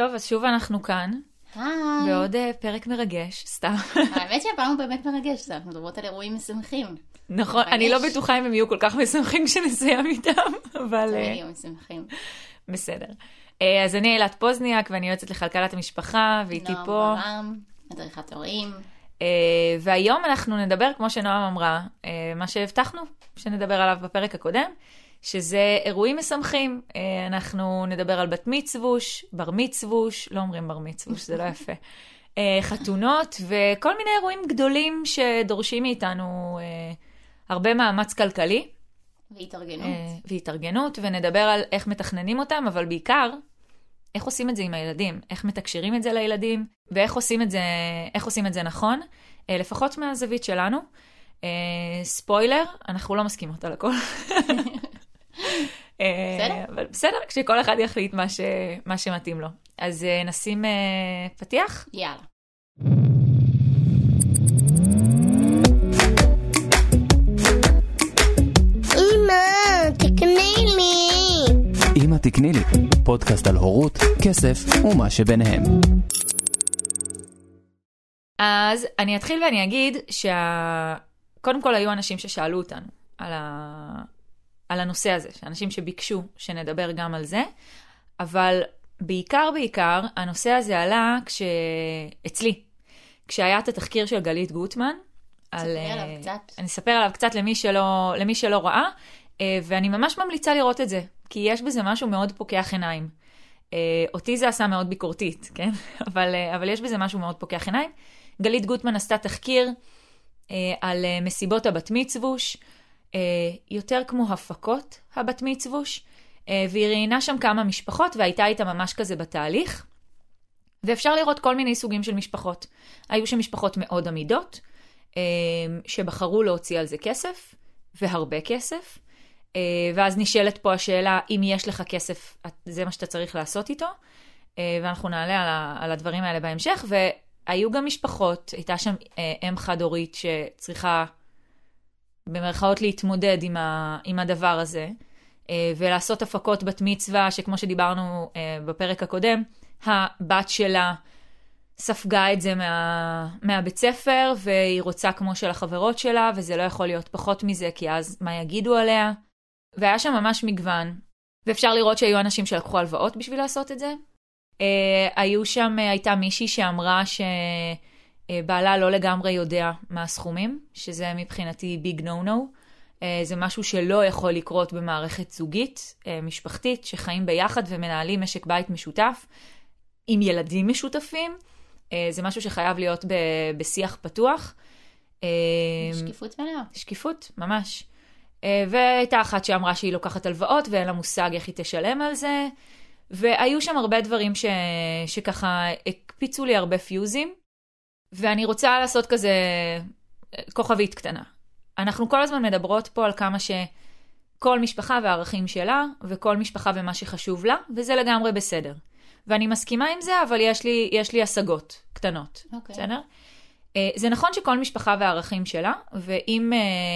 טוב, אז שוב אנחנו כאן. היי. ועוד פרק מרגש, סתם. האמת שהפעם הוא באמת מרגש, אנחנו מדברות על אירועים משמחים. נכון, אני לא בטוחה אם הם יהיו כל כך משמחים כשנסיים איתם, אבל... תמיד יהיו משמחים. בסדר. אז אני אילת פוזניאק, ואני יועצת לכלכלת המשפחה, ואיתי פה... נועם ברם, מדריכת הורים. והיום אנחנו נדבר, כמו שנועם אמרה, מה שהבטחנו שנדבר עליו בפרק הקודם, שזה אירועים משמחים. אנחנו נדבר על בת מצווש, בר מצווש, לא אומרים בר מצווש, זה לא יפה. חתונות וכל מיני אירועים גדולים שדורשים מאיתנו הרבה מאמץ כלכלי. והתארגנות, ונדבר על איך מתכננים אותם, אבל בעיקר, איך עושים את זה עם הילדים, איך מתקשרים את זה לילדים, ואיך עושים את זה נכון, לפחות מהזווית שלנו. ספוילר, אנחנו לא מסכימות על הכל. אבל בסדר, כשכל אחד יחליט מה שמתאים לו. אז נשים פתיח? יאללה. אמא, תקני לי. אמא תקני לי, פודקאסט על הורות, כסף ומה שביניהם. אז אני אתחיל ואני אגיד קודם כל היו אנשים ששאלו אותנו על הנושא הזה, אנשים שביקשו שנדבר גם על זה, אבל בעיקר הנושא הזה עלה אצלי, כשהיה את התחקיר של גלית גוטמן. אני אספר עליו קצת למי שלא ראה, ואני ממש ממליצה לראות את זה, כי יש בזה משהו מאוד פוקח עיניים. אותי זה עשה מאוד ביקורתית, כן? אבל יש בזה משהו מאוד פוקח עיניים. גלית גוטמן עשתה תחקיר על מסיבות הבת מצווש, יותר כמו הפקות הבת מצווש, והיא ראיינה שם כמה משפחות, והייתה איתה ממש כזה בתהליך, ואפשר לראות כל מיני סוגים של משפחות. היו שם משפחות מאוד עמידות, שבחרו להוציא על זה כסף, והרבה כסף, ואז נשאלת פה השאלה, אם יש לך כסף, זה מה שאתה צריך לעשות איתו, ואנחנו נעלה על הדברים האלה בהמשך, והיו גם משפחות, הייתה שם אם חד-הורית שצריכה במרכאות להתמודד עם הדבר הזה, ולעשות הפקות בת מצווה, שכמו שדיברנו בפרק הקודם, הבת שלה ספגה את זה מהבית ספר, והיא רוצה כמו של החברות שלה, וזה לא יכול להיות פחות מזה, כי אז מה יגידו עליה? והיה שם ממש מגוון, ואפשר לראות שהיו אנשים שלקחו הלוואות בשביל לעשות את זה. הייתה מישהי שאמרה שבעלה לא לגמרי יודע מה הסכומים, שזה מבחינתי ביג נו-נו. זה משהו שלא יכול לקרות במערכת זוגית, משפחתית, שחיים ביחד ומנהלים משק בית משותף, עם ילדים משותפים. זה משהו שחייב להיות בשיח פתוח. שקיפות מלאה. שקיפות, ממש. והייתה אחת שאמרה שהיא לוקחת הלוואות, ואין לה מושג איך היא תשלם על זה. והיו שם הרבה דברים שככה הקפיצו לי הרבה פיוזים. ואני רוצה לעשות כזה כוכבית קטנה. אנחנו כל הזמן מדברות פה על כמה שכל משפחה והערכים שלה, וכל משפחה ומה שחשוב לה, וזה לגמרי בסדר. ואני מסכימה עם זה, אבל יש לי השגות קטנות. בסדר? זה נכון שכל משפחה והערכים שלה, ואם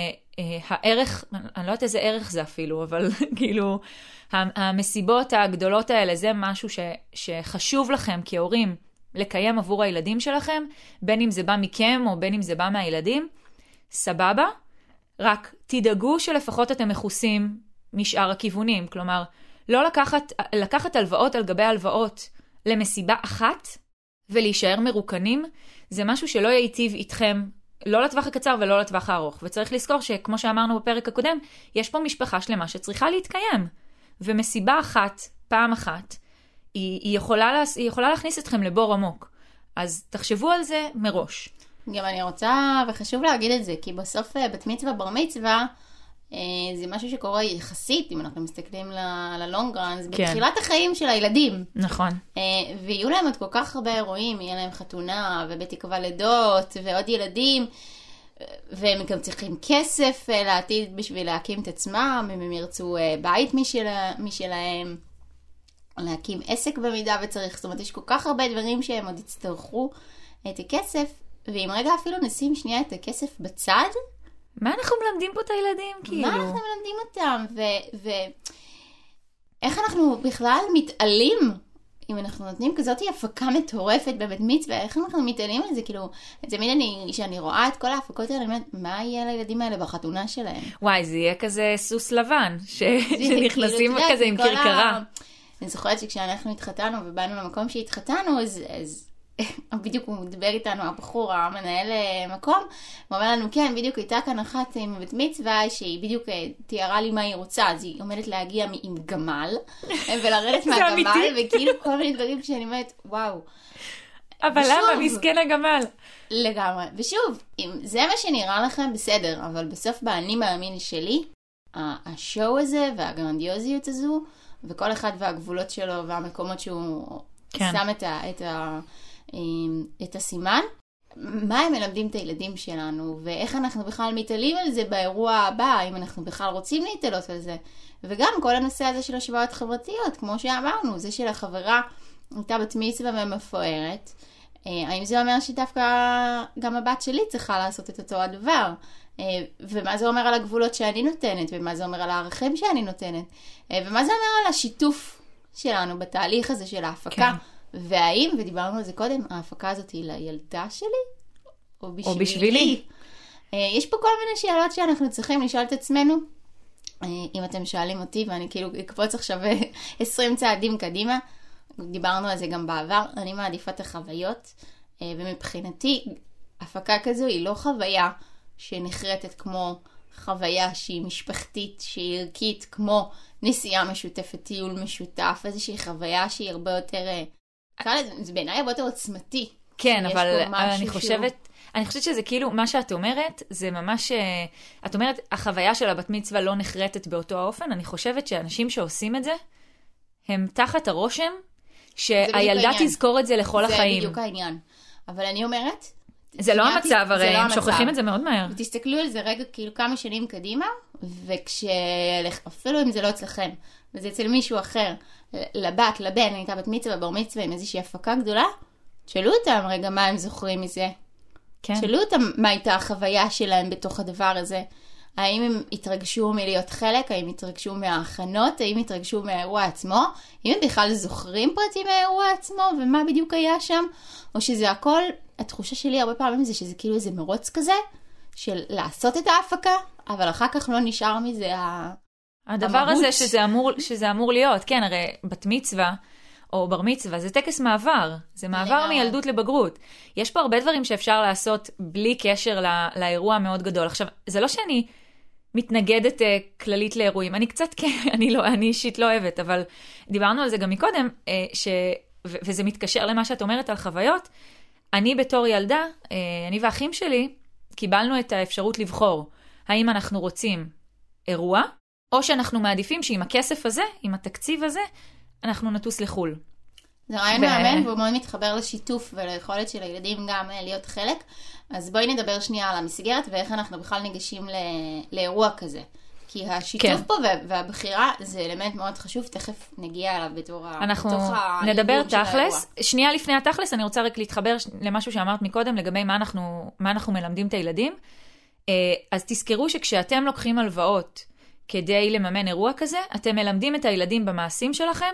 הערך, אני לא יודעת איזה ערך זה אפילו, אבל כאילו, המסיבות הגדולות האלה, זה משהו שחשוב לכם כהורים לקיים עבור הילדים שלכם, בין אם זה בא מכם או בין אם זה בא מהילדים, סבבה, רק תדאגו שלפחות אתם מכוסים משאר הכיוונים, כלומר, לא לקחת הלוואות על גבי הלוואות למסיבה אחת ולהישאר מרוקנים, זה משהו שלא ייטיב איתכם, לא לטווח הקצר ולא לטווח הארוך. וצריך לזכור שכמו שאמרנו בפרק הקודם, יש פה משפחה שלמה שצריכה להתקיים. ומסיבה אחת, פעם אחת, היא יכולה להכניס אתכם לבור עמוק. אז תחשבו על זה מראש. גם אני רוצה, וחשוב להגיד את זה, כי בסוף בת מצווה, בר מצווה, זה משהו שקורה יחסית, אם אנחנו מסתכלים ללונג רנס, בתחילת החיים של הילדים. נכון. ויהיו להם עוד כל כך הרבה אירועים, יהיה להם חתונה, ובתקווה לידות, ועוד ילדים, והם גם צריכים כסף לעתיד בשביל להקים את עצמם, אם הם ירצו בית משלהם, להקים עסק במידה וצריך, זאת אומרת, יש כל כך הרבה דברים שהם עוד יצטרכו את הכסף, ואם רגע אפילו נשים שנייה את הכסף בצד, מה אנחנו מלמדים פה את הילדים, כאילו? מה אנחנו מלמדים אותם, ואיך אנחנו בכלל מתעלים אם אנחנו נותנים כזאת הפקה מטורפת בבית מצווה, איך אנחנו מתעלים על זה? כאילו, תמיד שאני רואה את כל ההפקות האלה, אני אומרת, מה יהיה לילדים האלה בחתונה שלהם? וואי, זה יהיה כזה סוס לבן, שנכנסים כזה עם קרקרה. אני זוכרת שכשאנחנו התחתנו ובאנו למקום שהתחתנו, אז בדיוק הוא מדבר איתנו, הבחור, המנהל מקום, הוא אומר לנו, כן, בדיוק הייתה כאן אחת מבית מצווה, שהיא בדיוק תיארה לי מה היא רוצה, אז היא עומדת להגיע עם גמל, ולרדת מהגמל, וכאילו כל מיני דברים שאני אומרת, וואו. אבל למה? מסכן הגמל. לגמרי. ושוב, אם זה מה שנראה לכם, בסדר, אבל בסוף באני מאמין שלי, השואו הזה והגרנדיוזיות הזו, וכל אחד והגבולות שלו והמקומות שהוא שם את הסימן, מה הם מלמדים את הילדים שלנו, ואיך אנחנו בכלל מתעלים על זה באירוע הבא, אם אנחנו בכלל רוצים להתעלות על זה. וגם כל הנושא הזה של השוואות חברתיות, כמו שאמרנו, זה של החברה הייתה בת מצווה ומפוארת, האם זה אומר שדווקא גם הבת שלי צריכה לעשות את אותו הדבר? ומה זה אומר על הגבולות שאני נותנת, ומה זה אומר על הערכים שאני נותנת, ומה זה אומר על השיתוף שלנו בתהליך הזה של ההפקה. כן. והאם, ודיברנו על זה קודם, ההפקה הזאת היא לילדה שלי? או בשבילי? יש פה כל מיני שאלות שאנחנו צריכים לשאול את עצמנו. אם אתם שואלים אותי, ואני כאילו אקפוץ עכשיו 20 צעדים קדימה, דיברנו על זה גם בעבר, אני מעדיפה את החוויות, ומבחינתי, הפקה כזו היא לא חוויה שנחרטת כמו חוויה שהיא משפחתית, שהיא ערכית, כמו נסיעה משותפת, טיול משותף, איזושהי חוויה שהיא הרבה יותר, זה בעיניי הרבה יותר עוצמתי. כן, אבל אני חושבת שזה כאילו, מה שאת אומרת, זה ממש, את אומרת, החוויה של הבת מצווה לא נחרטת באותו האופן, אני חושבת שאנשים שעושים את זה, הם תחת הרושם, שהילדה תזכור את זה לכל החיים. זה בדיוק העניין. אבל אני אומרת, זה לא המצב, הרי הם שוכחים את זה מאוד מהר. ותסתכלו על זה רגע כאילו כמה שנים קדימה, אפילו אם זה לא אצלכם, וזה אצל מישהו אחר, לבת, לבן, הייתה בת מצווה, בר מצווה, עם איזושהי הפקה גדולה, תשאלו אותם רגע מה הם זוכרים מזה. כן. תשאלו אותם מה הייתה החוויה שלהם בתוך הדבר הזה. האם הם התרגשו מלהיות חלק, האם התרגשו מההכנות, האם התרגשו מהאירוע עצמו, אם הם בכלל זוכרים פרטים מהאירוע עצמו, ומה בדיוק היה שם, או שזה הכל, התחושה שלי הרבה פעמים זה שזה כאילו איזה מרוץ כזה, של לעשות את ההפקה, אבל אחר כך לא נשאר מזה הדבר הזה שזה אמור להיות, כן, הרי בת מצווה, או בר מצווה, זה טקס מעבר, זה מעבר מילדות לבגרות. יש פה הרבה דברים שאפשר לעשות בלי קשר לאירוע המאוד גדול. עכשיו, זה לא שאני מתנגדת כללית לאירועים, אני קצת כן, אני אישית לא אוהבת, אבל דיברנו על זה גם מקודם, וזה מתקשר למה שאת אומרת על חוויות. אני בתור ילדה, אני והאחים שלי, קיבלנו את האפשרות לבחור, האם אנחנו רוצים אירוע, או שאנחנו מעדיפים שעם הכסף הזה, עם התקציב הזה, אנחנו נטוס לחול. זה רעיון מאמן, והוא מאוד מתחבר לשיתוף וליכולת של הילדים גם להיות חלק. אז בואי נדבר שנייה על המסגרת, ואיך אנחנו בכלל ניגשים לאירוע כזה. כי השיתוף פה והבחירה זה אלמנט מאוד חשוב, תכף נגיע אליו בתוך אנחנו נדבר תכלס. שנייה לפני התכלס, אני רוצה רק להתחבר למשהו שאמרת מקודם, לגבי מה אנחנו מלמדים את הילדים. אז תזכרו שכשאתם לוקחים הלוואות, כדי לממן אירוע כזה, אתם מלמדים את הילדים במעשים שלכם,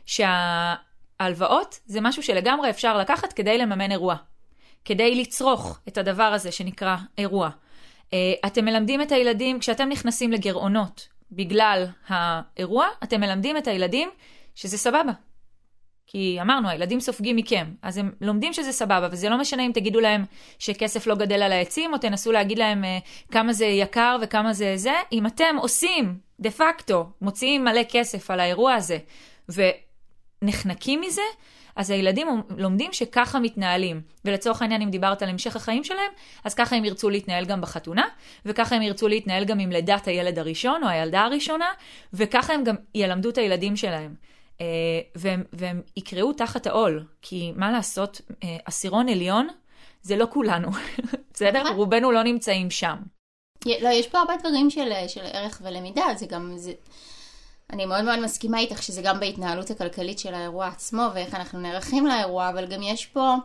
שההלוואות זה משהו שלגמרי אפשר לקחת כדי לממן אירוע. כדי לצרוך את הדבר הזה שנקרא אירוע. אתם מלמדים את הילדים, כשאתם נכנסים לגרעונות בגלל האירוע, אתם מלמדים את הילדים שזה סבבה. כי אמרנו, הילדים סופגים מכם, אז הם לומדים שזה סבבה, וזה לא משנה אם תגידו להם שכסף לא גדל על העצים, או תנסו להגיד להם כמה זה יקר וכמה זה. אם אתם עושים, דה פקטו, מוציאים מלא כסף על האירוע הזה, ונחנקים מזה, אז הילדים לומדים שככה מתנהלים. ולצורך העניין, אם דיברת על המשך החיים שלהם, אז ככה הם ירצו להתנהל גם בחתונה, וככה הם ירצו להתנהל גם עם לידת הילד הראשון, או הילדה הראשונה, וככה הם גם ילמדו את הילדים שלהם. והם יקראו תחת העול, כי מה לעשות, עשירון עליון זה לא כולנו, בסדר? רובנו לא נמצאים שם. לא, יש פה הרבה דברים של ערך ולמידה, זה גם, אני מאוד מאוד מסכימה איתך שזה גם בהתנהלות הכלכלית של האירוע עצמו, ואיך אנחנו נערכים לאירוע, אבל גם יש פה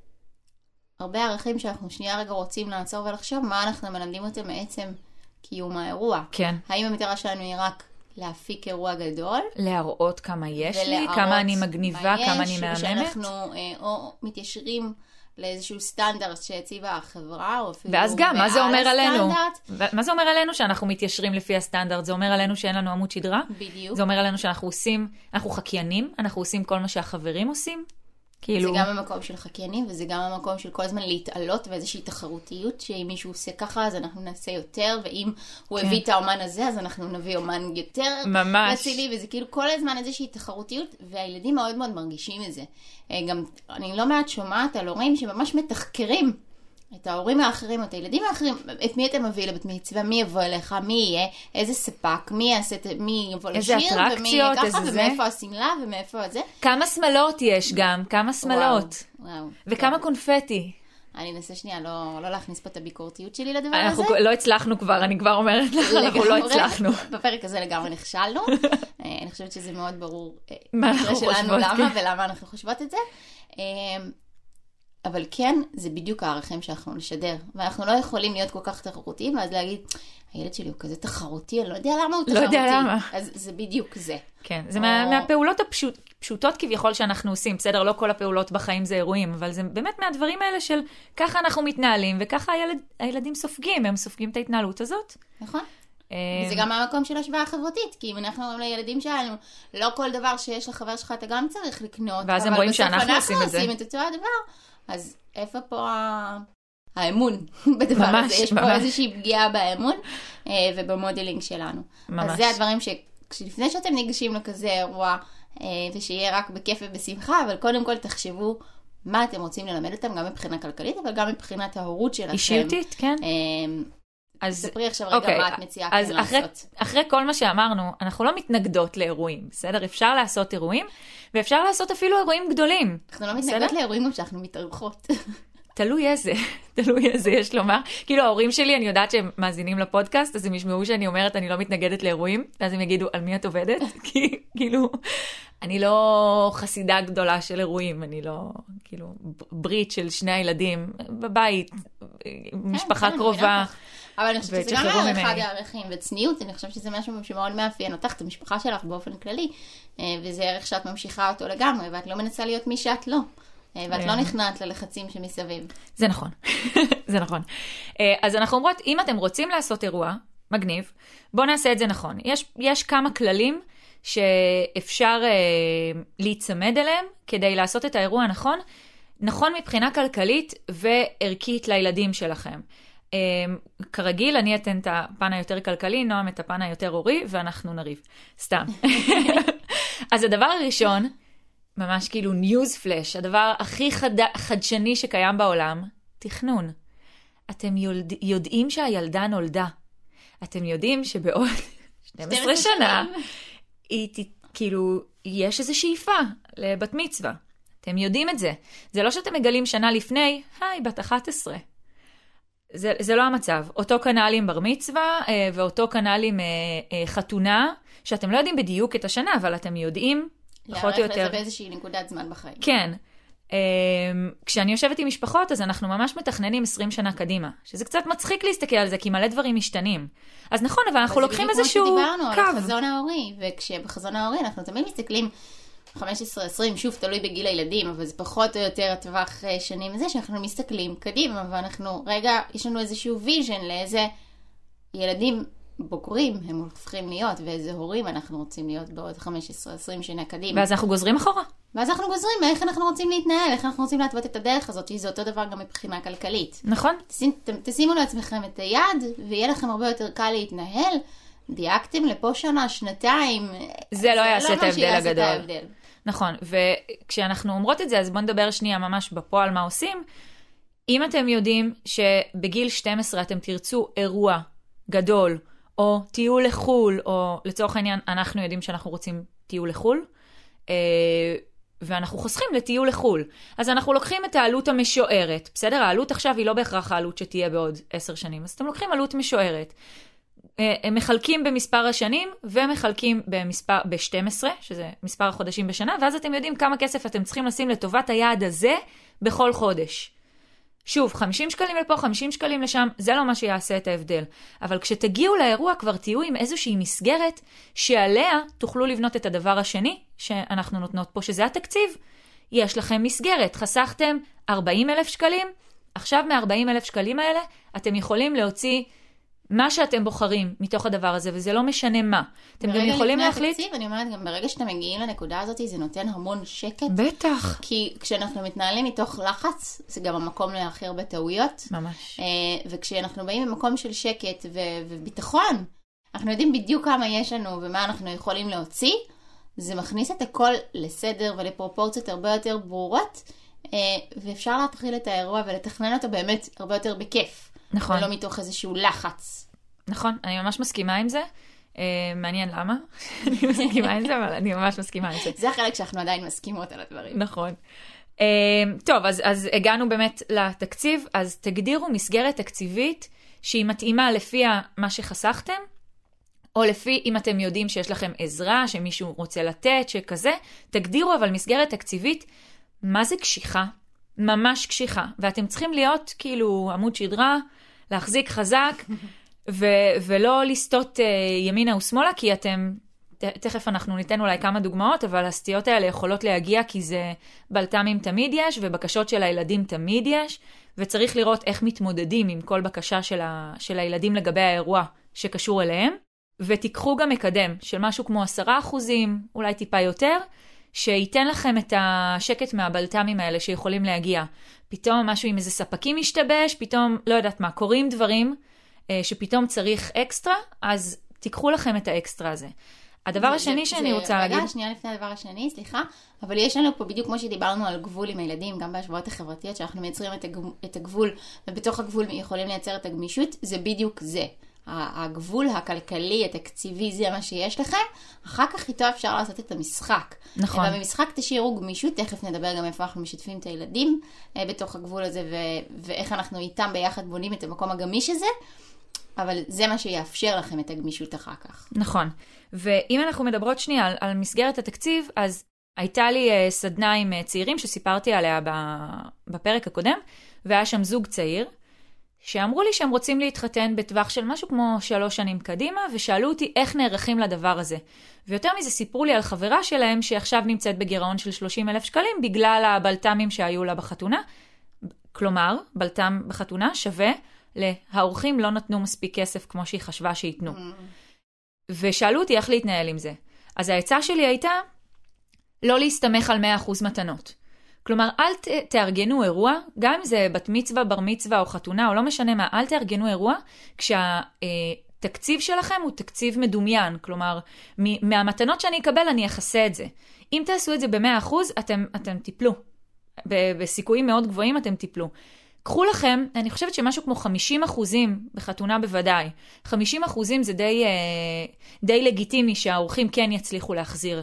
הרבה ערכים שאנחנו שנייה רגע רוצים לעצור ולחשוב מה אנחנו מלמדים אותם מעצם קיום האירוע. כן. האם המטרה שלנו היא רק להפיק אירוע גדול. להראות כמה יש לי, כמה אני מגניבה, כמה אני מהממת. שאנחנו או מתיישרים לאיזשהו סטנדרט שהציבה החברה, או אפילו ואז גם, מה זה אומר עלינו? הסטנדרט. מה זה אומר עלינו שאנחנו מתיישרים לפי הסטנדרט? זה אומר עלינו שאין לנו עמוד שדרה? בדיוק. זה אומר עלינו שאנחנו עושים, אנחנו חקיינים, אנחנו עושים כל מה שהחברים עושים? כאילו... זה גם המקום של חקיינים, וזה גם המקום של כל הזמן להתעלות ואיזושהי תחרותיות, שאם מישהו עושה ככה, אז אנחנו נעשה יותר, ואם הוא הביא את האומן הזה, אז אנחנו נביא אומן יותר רצילי, וזה כאילו כל הזמן איזושהי תחרותיות, והילדים מאוד מאוד מרגישים את זה. גם אני לא מעט שומעת על הורים שממש מתחקרים את ההורים האחרים, את הילדים האחרים, את מי אתה מביא לבת מצווה, מי יבוא אליך, מי יהיה, איזה ספק, מי יבוא לשיר, ומי יהיה ככה, ומאיפה הסמלה, ומאיפה זה. כמה סמלות יש גם, כמה סמלות. וואו. וכמה קונפטי. אני אנסה שנייה לא להכניס פה את הביקורתיות שלי לדבר הזה. אנחנו לא הצלחנו כבר, אני כבר אומרת לך, אנחנו לא הצלחנו. בפרק הזה לגמרי נכשלנו. אני חושבת שזה מאוד ברור מה אנחנו חושבות. למה ולמה אנחנו חושבות את זה. אבל כן, זה בדיוק הערכים שאנחנו נשדר. ואנחנו לא יכולים להיות כל כך תחרותיים, ואז להגיד, הילד שלי הוא כזה תחרותי, אני לא יודע למה הוא תחרותי. לא יודע למה. אז זה בדיוק זה. כן, זה מהפעולות הפשוטות כביכול שאנחנו עושים. בסדר, לא כל הפעולות בחיים זה אירועים, אבל זה באמת מהדברים האלה של ככה אנחנו מתנהלים, וככה הילדים סופגים, הם סופגים את ההתנהלות הזאת. נכון. וזה גם המקום של השוואה חברתית, כי אם אנחנו אומרים לילדים שלנו, לא כל דבר שיש לחבר שלך אתה גם צריך לקנות, ואז הם רואים שאנחנו עושים את זה. עושים את אותו הדבר, אז איפה פה האמון בדבר הזה? יש פה איזושהי פגיעה באמון ובמודלינג שלנו. אז זה הדברים שלפני שאתם ניגשים לכזה אירוע, ושיהיה רק בכיף ובשמחה, אבל קודם כל תחשבו מה אתם רוצים ללמד אותם, גם מבחינה כלכלית, אבל גם מבחינת ההורות שלכם. אישיותית, כן. אז ספרי עכשיו רגע מה את מציעה כאן לעשות. אחרי כל מה שאמרנו, אנחנו לא מתנגדות לאירועים, בסדר? אפשר לעשות אירועים, ואפשר לעשות אפילו אירועים גדולים. אנחנו לא מתנגדות לאירועים גם שאנחנו מתארחות. תלוי איזה, יש לומר. כאילו ההורים שלי, אני יודעת שהם מאזינים לפודקאסט, אז הם ישמעו שאני אומרת, אני לא מתנגדת לאירועים, ואז הם יגידו, על מי את עובדת? כי כאילו, אני לא חסידה גדולה של אירועים, אני לא, כאילו, ברית של שני הילדים, בבית, משפחה קרובה. אבל אני חושבת שזה גם אחד הערכים, וצניעות, אני חושבת שזה משהו שמאוד מאפיין אותך, את המשפחה שלך באופן כללי, וזה ערך שאת ממשיכה אותו לגמרי, ואת לא מנסה להיות מי שאת לא. ואת לא נכנעת ללחצים שמסביב. זה נכון, זה נכון. אז אנחנו אומרות, אם אתם רוצים לעשות אירוע, מגניב, בואו נעשה את זה נכון. יש כמה כללים שאפשר להיצמד אליהם, כדי לעשות את האירוע הנכון, נכון מבחינה כלכלית וערכית לילדים שלכם. כרגיל, אני אתן את הפן היותר כלכלי, נועם את הפן היותר הורי, ואנחנו נריב. סתם. אז הדבר הראשון, ממש כאילו ניוז פלש, הדבר הכי חדשני שקיים בעולם, תכנון. אתם יודעים שהילדה נולדה. אתם יודעים שבעוד 12 שנה, כאילו, יש איזו שאיפה לבת מצווה. אתם יודעים את זה. זה לא שאתם מגלים שנה לפני, היי, בת 11. זה לא המצב. אותו קנל עם בר מצווה, ואותו קנל עם חתונה, שאתם לא יודעים בדיוק את השנה, אבל אתם יודעים, פחות או יותר. להערך לזה באיזושהי נקודת זמן בחיים. כן. כשאני יושבת עם משפחות, אז אנחנו ממש מתכננים 20 שנה קדימה. שזה קצת מצחיק להסתכל על זה, כי מלא דברים משתנים. אז נכון, אבל אנחנו לוקחים איזשהו קו. אבל זה בדיוק כמו שדיברנו על החזון ההורי, וכשבחזון ההורי אנחנו תמיד מסתכלים 15-20, שוב תלוי בגיל הילדים, אבל זה פחות או יותר הטווח שנים הזה, שאנחנו מסתכלים קדימה, ואנחנו, רגע, יש לנו איזשהו ויז'ן לאיזה ילדים בוגרים הם הופכים להיות, ואיזה הורים אנחנו רוצים להיות בעוד 15-20 שנה קדימה. ואז אנחנו גוזרים אחורה. ואז אנחנו גוזרים איך אנחנו רוצים להתנהל, איך אנחנו רוצים להתוות את הדרך הזאת, שזה אותו דבר גם מבחינה כלכלית. נכון. תשימו לעצמכם את היד, ויהיה לכם הרבה יותר קל להתנהל. דייקתם לפה שנה, שנתיים. זה לא יעשה את ההבדל הגדול. נכון, וכשאנחנו אומרות את זה, אז בואו נדבר שנייה ממש בפועל מה עושים. אם אתם יודעים שבגיל 12 אתם תרצו אירוע גדול, או טיול לחול, או לצורך העניין, אנחנו יודעים שאנחנו רוצים טיול לחול, ואנחנו חוסכים לטיול לחול. אז אנחנו לוקחים את העלות המשוערת, בסדר? העלות עכשיו היא לא בהכרח העלות שתהיה בעוד 10 שנים, אז אתם לוקחים עלות משוערת. הם מחלקים במספר השנים, ומחלקים ב-12, שזה מספר החודשים בשנה, ואז אתם יודעים כמה כסף אתם צריכים לשים לטובת היעד הזה בכל חודש. שוב, 50 שקלים לפה, 50 שקלים לשם, זה לא מה שיעשה את ההבדל. אבל כשתגיעו לאירוע, כבר תהיו עם איזושהי מסגרת, שעליה תוכלו לבנות את הדבר השני, שאנחנו נותנות פה, שזה התקציב. יש לכם מסגרת, חסכתם 40,000 שקלים, עכשיו מ-40,000 שקלים האלה, אתם יכולים להוציא מה שאתם בוחרים מתוך הדבר הזה, וזה לא משנה מה. אתם גם יכולים להחליט... התקציב, אני אומרת, גם ברגע שאתם מגיעים לנקודה הזאת, זה נותן המון שקט. בטח. כי כשאנחנו מתנהלים מתוך לחץ, זה גם המקום להכי הרבה טעויות. ממש. וכשאנחנו באים במקום של שקט וביטחון, אנחנו יודעים בדיוק כמה יש לנו ומה אנחנו יכולים להוציא, זה מכניס את הכל לסדר ולפרופורציות הרבה יותר ברורות, ואפשר להתחיל את האירוע ולתכנן אותו באמת הרבה יותר בכיף. נכון. ולא מתוך איזשהו לחץ. נכון, אני ממש מסכימה עם זה. מעניין למה. אני מסכימה עם זה, אבל אני ממש מסכימה עם זה. זה החלק שאנחנו עדיין מסכימות על הדברים. נכון. טוב, אז הגענו באמת לתקציב, אז תגדירו מסגרת תקציבית שהיא מתאימה לפי מה שחסכתם, או לפי אם אתם יודעים שיש לכם עזרה, שמישהו רוצה לתת, שכזה, תגדירו אבל מסגרת תקציבית, מה זה קשיחה? ממש קשיחה. ואתם צריכים להיות כאילו עמוד שדרה, להחזיק חזק, ולא לסטות ימינה ושמאלה, כי אתם, תכף אנחנו ניתן אולי כמה דוגמאות, אבל הסטיות האלה יכולות להגיע, כי זה בלת"מים תמיד יש, ובקשות של הילדים תמיד יש, וצריך לראות איך מתמודדים עם כל בקשה של הילדים לגבי האירוע שקשור אליהם, ותיקחו גם מקדם של משהו כמו 10%, אולי טיפה יותר, שייתן לכם את השקט מהבלת"מים האלה שיכולים להגיע. פתאום משהו עם איזה ספקים משתבש, פתאום, לא יודעת מה, קוראים דברים שפתאום צריך אקסטרה, אז תיקחו לכם את האקסטרה הזה. הדבר השני שאני רוצה להגיד... רגע, שנייה לפני הדבר השני, סליחה, אבל יש לנו פה בדיוק כמו שדיברנו על גבול עם הילדים, גם בהשוואות החברתיות, שאנחנו מייצרים את הגבול, ובתוך הגבול יכולים לייצר את הגמישות, זה בדיוק זה. הגבול הכלכלי, התקציבי, זה מה שיש לכם, אחר כך איתו אפשר לעשות את המשחק. נכון. ובמשחק תשאירו גמישות, תכף נדבר גם איפה אנחנו משתפים את הילדים בתוך הגבול הזה, ואיך אנחנו איתם ביחד בונים את המקום הגמיש הזה, אבל זה מה שיאפשר לכם את הגמישות אחר כך. נכון. ואם אנחנו מדברות שנייה על מסגרת התקציב, אז הייתה לי סדנה עם צעירים שסיפרתי עליה בפרק הקודם, והיה שם זוג צעיר, שאמרו לי שהם רוצים להתחתן בטווח של משהו כמו 3 שנים קדימה, ושאלו אותי איך נערכים לדבר הזה. ויותר מזה סיפרו לי על חברה שלהם שעכשיו נמצאת בגירעון של 30,000 שקלים, בגלל הבלת"מים שהיו לה בחתונה. כלומר, בלת"ם בחתונה שווה להאורחים לא נתנו מספיק כסף כמו שהיא חשבה שייתנו. ושאלו אותי איך להתנהל עם זה. אז העצה שלי הייתה לא להסתמך על 100% מתנות. כלומר, אל תארגנו אירוע, גם אם זה בת מצווה, בר מצווה או חתונה, או לא משנה מה, אל תארגנו אירוע, כשהתקציב שלכם הוא תקציב מדומיין. כלומר, מהמתנות שאני אקבל, אני אחסה את זה. אם תעשו את זה ב100%, אתם תיפלו. בסיכויים מאוד גבוהים אתם תיפלו. קחו לכם, אני חושבת שמשהו כמו 50% בחתונה בוודאי. 50% זה די לגיטימי שהאורחים כן יצליחו להחזיר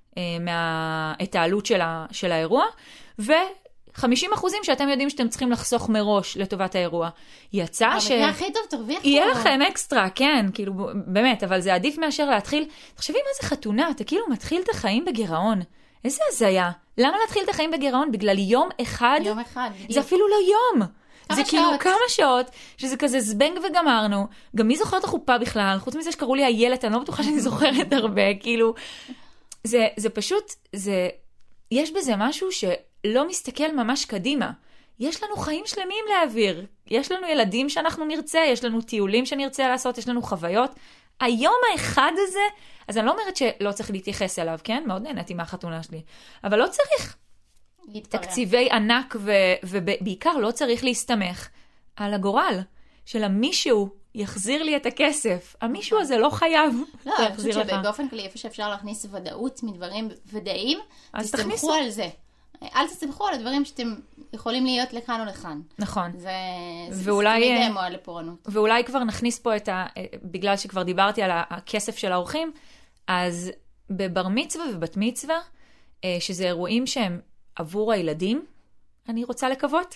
את העלות של האירוע, ו50% שאתם יודעים שאתם צריכים לחסוך מראש לטובת האירוע. יצא אבל הכי טוב, תרוויח יהיה לכם אקסטרה, כן, כאילו, באמת, אבל זה עדיף מאשר להתחיל. תחשבי מה זה חתונה, אתה כאילו מתחיל את החיים בגירעון. איזה הזיה. למה להתחיל את החיים בגירעון? בגלל יום אחד? יום אחד, בדיוק. זה אפילו לא יום. זה כאילו כמה שעות, שזה כזה זבנג וגמרנו. גם מי זוכרת החופה בכלל? חוץ מזה שקראו לי איילת, אני לא בטוחה שאני זוכרת הרבה, כאילו... זה פשוט, יש בזה משהו שלא מסתכל ממש קדימה. יש לנו חיים שלמים להעביר. יש לנו ילדים שאנחנו נרצה, יש לנו טיולים שנרצה לעשות, יש לנו חוויות. היום האחד הזה, אז אני לא אומרת שלא צריך להתייחס אליו, כן? מאוד נהניתי מהחתונה שלי. אבל לא צריך תקציבי ענק, ובעיקר לא צריך להסתמך על הגורל של המישהו יחזיר לי את הכסף. המישהו הזה לא חייב להחזיר לך. אני חושבת שבאופן כללי, איפה שאפשר להכניס ודאות מדברים ודאים, תסתמכו על זה. אל תסתמכו על הדברים שאתם יכולים להיות לכאן או לכאן. נכון. זה מידי מועד לפורענות. ואולי כבר נכניס פה בגלל שכבר דיברתי על הכסף של האורחים, אז בבר מצווה ובת מצווה, שזה אירועים שהם עבור הילדים, אני רוצה לקוות,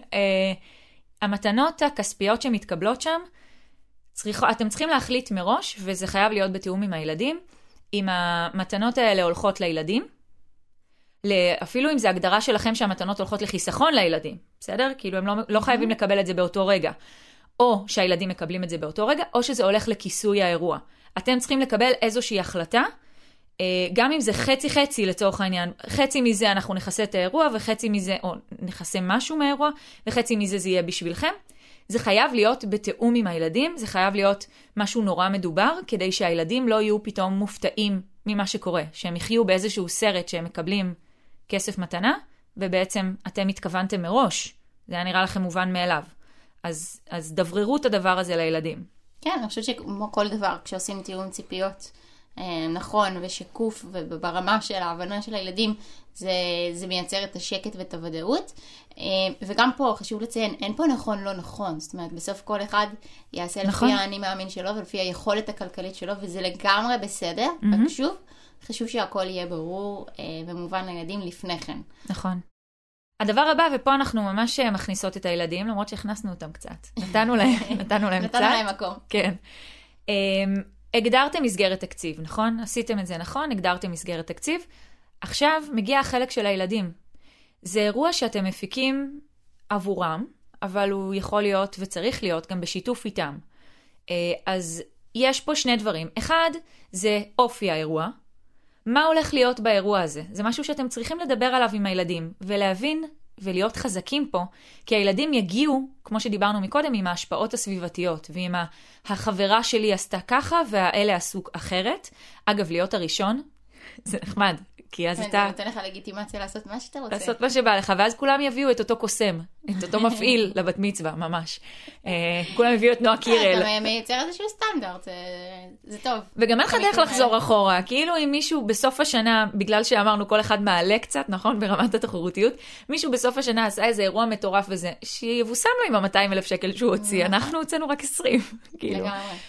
המתנות הכספיות שמתקבלות שם, אתם צריכים להחליט מראש, וזה חייב להיות בתיאום עם הילדים, אם המתנות האלה הולכות לילדים, אפילו אם זה הגדרה שלכם שהמתנות הולכות לחיסכון לילדים, בסדר? כאילו הם לא חייבים לקבל את זה באותו רגע. או שהילדים מקבלים את זה באותו רגע, או שזה הולך לכיסוי האירוע. אתם צריכים לקבל איזושהי החלטה, גם אם זה חצי-חצי לצורך העניין, חצי מזה אנחנו נכסה את האירוע, וחצי מזה, או נכסה משהו מהאירוע, וחצי מזה זה יהיה בשבילכם. זה חייב להיות בתאום עם הילדים, זה חייב להיות משהו נורא מדובר, כדי שהילדים לא יהיו פתאום מופתעים ממה שקורה, שהם יחיו באיזשהו סרט שהם מקבלים כסף מתנה, ובעצם אתם התכוונתם מראש. זה היה נראה לכם מובן מאליו. אז דבררו את הדבר הזה לילדים. כן, אני חושבת שכמו כל דבר, כשעושים תיאום ציפיות נכון ושקוף וברמה של ההבנה של הילדים, זה מייצר את השקט ואת הוודאות. וגם פה חשוב לציין, אין פה נכון לא נכון. זאת אומרת, בסוף כל אחד יעשה לפי האני מאמין שלו ולפי היכולת הכלכלית שלו, וזה לגמרי בסדר. רק שוב, חשוב שהכל יהיה ברור ומובן לילדים לפני כן. נכון. הדבר הבא, ופה אנחנו ממש מכניסות את הילדים, למרות שהכנסנו אותם קצת. נתנו להם קצת. נתנו להם מקום. כן. הגדרתם מסגרת תקציב, נכון? עשיתם את זה נכון, הגדרתם מסגרת תקציב. עכשיו מגיע החלק של הילדים. זה אירוע שאתם מפיקים עבורם, אבל הוא יכול להיות וצריך להיות גם בשיתוף איתם. אז יש פה שני דברים. אחד, זה אופי האירוע. מה הולך להיות באירוע הזה? זה משהו שאתם צריכים לדבר עליו עם הילדים, ולהבין ולהיות חזקים פה, כי הילדים יגיעו, כמו שדיברנו מקודם, עם ההשפעות הסביבתיות, ועם החברה שלי עשתה ככה, והאלה עשו אחרת. אגב, להיות הראשון, זה נחמד, כי אז אתה... זה נותן לך לגיטימציה לעשות מה שאתה רוצה. לעשות מה שבא לך, ואז כולם יביאו את אותו קוסם, את אותו מפעיל לבת מצווה, ממש. כולם יביאו את נועה קירל. אתה מייצר איזשהו סטנדרט, זה טוב. וגם אין לך דרך לחזור אחורה, כאילו אם מישהו בסוף השנה, בגלל שאמרנו כל אחד מעלה קצת, נכון, ברמת התחרותיות, מישהו בסוף השנה עשה איזה אירוע מטורף וזה, שיבוסם לו עם ה-200,000 שקל שהוא הוציא, אנחנו הוצאנו רק 20, כאילו.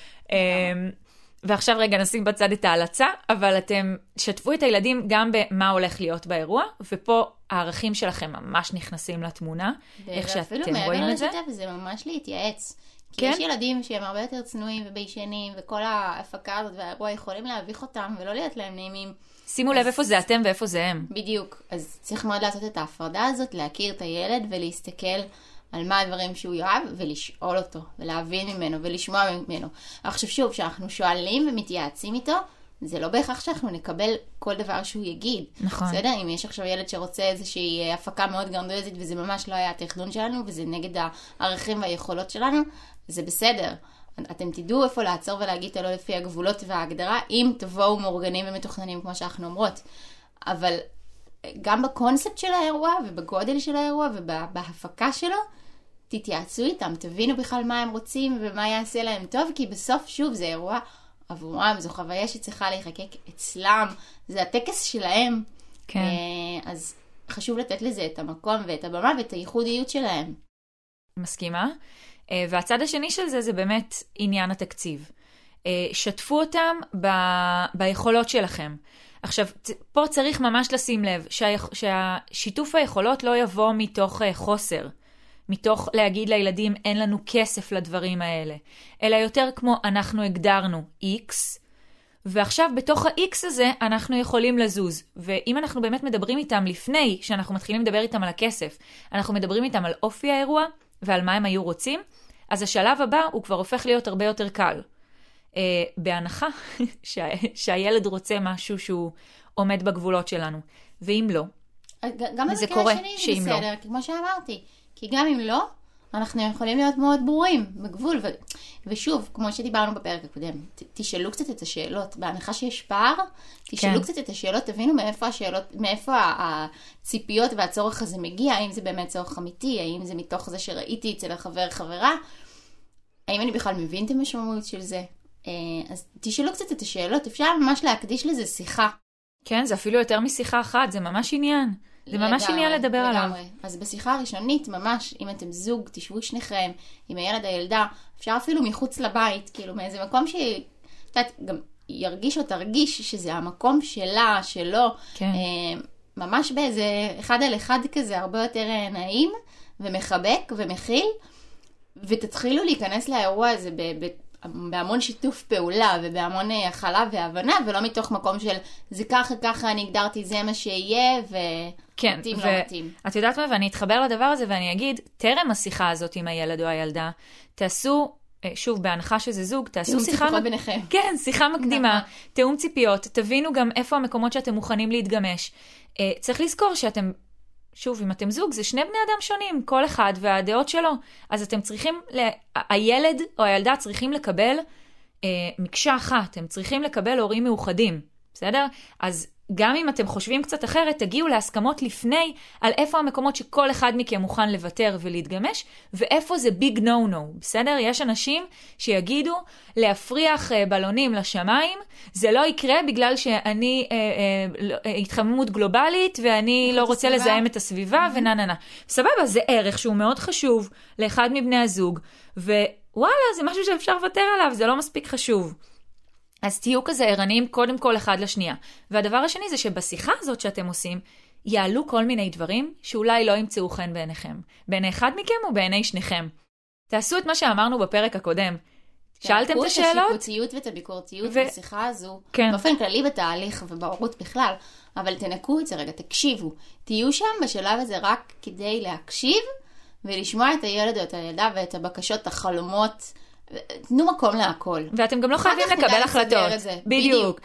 ועכשיו רגע נשים בצד את ההלצה, אבל אתם שתפו את הילדים גם במה הולך להיות באירוע, ופה הערכים שלכם ממש נכנסים לתמונה, איך שאתם רואים את זה. ואפילו מעבר לשתף, זה ממש להתייעץ. כי יש ילדים שהם הרבה יותר צנועים וביישנים, וכל ההפקה הזאת והאירוע יכולים להביך אותם, ולא להיות להם נעימים. שימו לב איפה זה אתם ואיפה זה הם. בדיוק. אז צריך מאוד לעשות את ההפרדה הזאת, להכיר את הילד ולהסתכל על מה הדברים שהוא יאהב, ולשאול אותו, ולהבין ממנו, ולשמוע ממנו. עכשיו שוב, כשאנחנו שואלים ומתייעצים איתו, זה לא בהכרח שאנחנו נקבל כל דבר שהוא יגיד. נכון. בסדר? אם יש עכשיו ילד שרוצה איזושהי הפקה מאוד גרנדיוזית, וזה ממש לא היה התכנון שלנו, וזה נגד הערכים והיכולות שלנו, זה בסדר. אתם תדעו איפה לעצור ולהגיד לו לפי הגבולות וההגדרה, אם תבואו מאורגנים ומתוכננים כמו שאנחנו אומרות. אבל גם בקונספט של האירוע, ובגודל של האירוע, ובהפקה שלו, תתייעצו איתם, תבינו בכלל מה הם רוצים ומה יעשה להם טוב, כי בסוף שוב זה אירוע עבורם, זו חוויה שצריכה להיחקק אצלם, זה הטקס שלהם. כן. אז חשוב לתת לזה את המקום ואת הבמה ואת הייחודיות שלהם. מסכימה. והצד השני של זה באמת עניין התקציב. שתפו אותם ביכולות שלכם. עכשיו, פה צריך ממש לשים לב שהשיתוף היכולות לא יבוא מתוך חוסר. מתוך להגיד לילדים אין לנו כסף לדברים האלה, אלא יותר כמו אנחנו הגדרנו X, ועכשיו בתוך ה-X הזה אנחנו יכולים לזוז. ואם אנחנו באמת מדברים איתם לפני שאנחנו מתחילים לדבר איתם על הכסף, אנחנו מדברים איתם על אופי האירוע ועל מה הם היו רוצים, אז השלב הבא הוא כבר הופך להיות הרבה יותר קל. בהנחה שהילד רוצה משהו שהוא עומד בגבולות שלנו. ואם לא, וזה קורה שאם לא. בסדר, כמו שאמרתי. כי גם אם לא, אנחנו יכולים להיות מאוד ברורים בגבול. ושוב, כמו שדיברנו בפרק הקודם, תשאלו קצת את השאלות. בהנחה שיש פער, תשאלו קצת את השאלות, תבינו מאיפה הציפיות והצורך הזה מגיע, האם זה באמת צורך אמיתי, האם זה מתוך זה שראיתי אצל החבר חברה, האם אני בכלל מבין את המשמעות של זה. אז תשאלו קצת את השאלות, אפשר ממש להקדיש לזה שיחה. כן, זה אפילו יותר משיחה אחת, זה ממש עניין. זה ממש עניין לדבר עליו. אז בשיחה הראשונית, ממש, אם אתם זוג, תשבו שניכם, עם הילד הילדה, אפשר אפילו מחוץ לבית, כאילו מאיזה מקום גם ירגיש או תרגיש שזה המקום שלה, שלו, כן. ממש באיזה אחד על אחד כזה, הרבה יותר נעים, ומחבק ומכיל, ותתחילו להיכנס לאירוע הזה בהמון שיתוף פעולה ובהמון הכלה והבנה, ולא מתוך מקום של זה ככה אני הגדרתי, זה מה שיהיה, כן, מתאים לא מתאים. את יודעת מה, ואני אתחבר לדבר הזה ואני אגיד, טרם השיחה הזאת עם הילד או הילדה, תעשו, שוב, בהנחה שזה זוג, תעשו שיחה... ציפיות ביניכם. כן, שיחה מקדימה, תאום ציפיות, תבינו גם איפה המקומות שאתם מוכנים להתגמש. צריך לזכור שאתם, שוב, אם אתם זוג, זה שני בני אדם שונים, כל אחד והדעות שלו. אז אתם צריכים, הילד או הילדה צריכים לקבל מקשה אחת, הם צריכים לקבל הורים מאוחדים, בסדר? אז גם אם אתם חושבים קצת אחרת, תגיעו להסכמות לפני על איפה המקומות שכל אחד מכם מוכן לוותר ולהתגמש, ואיפה זה ביג נו נו, בסדר? יש אנשים שיגידו להפריח בלונים לשמיים, זה לא יקרה בגלל שאני התחממות גלובלית, ואני לא רוצה לזהם את הסביבה, ונננה. סבבה, זה ערך שהוא מאוד חשוב לאחד מבני הזוג, ווואלה, זה משהו שאפשר לוותר עליו, זה לא מספיק חשוב. אז תהיו כזה ערניים קודם כל אחד לשנייה. והדבר השני זה שבשיחה הזאת שאתם עושים, יעלו כל מיני דברים שאולי לא ימצאו חן בעיניכם. בעיני אחד מכם או בעיני שניכם. תעשו את מה שאמרנו בפרק הקודם. שאלתם את השאלות? את השיפוטיות ואת הביקורתיות בשיחה הזו, כן. באופן כללי בתהליך ובהורות בכלל, אבל תנקו את זה רגע, תקשיבו. תהיו שם בשלב הזה רק כדי להקשיב ולשמוע את הילד או את הילדה ואת הבקשות, החלומות, תנו מקום להכל. ואתם גם לא חייבים לקבל החלטות. בדיוק.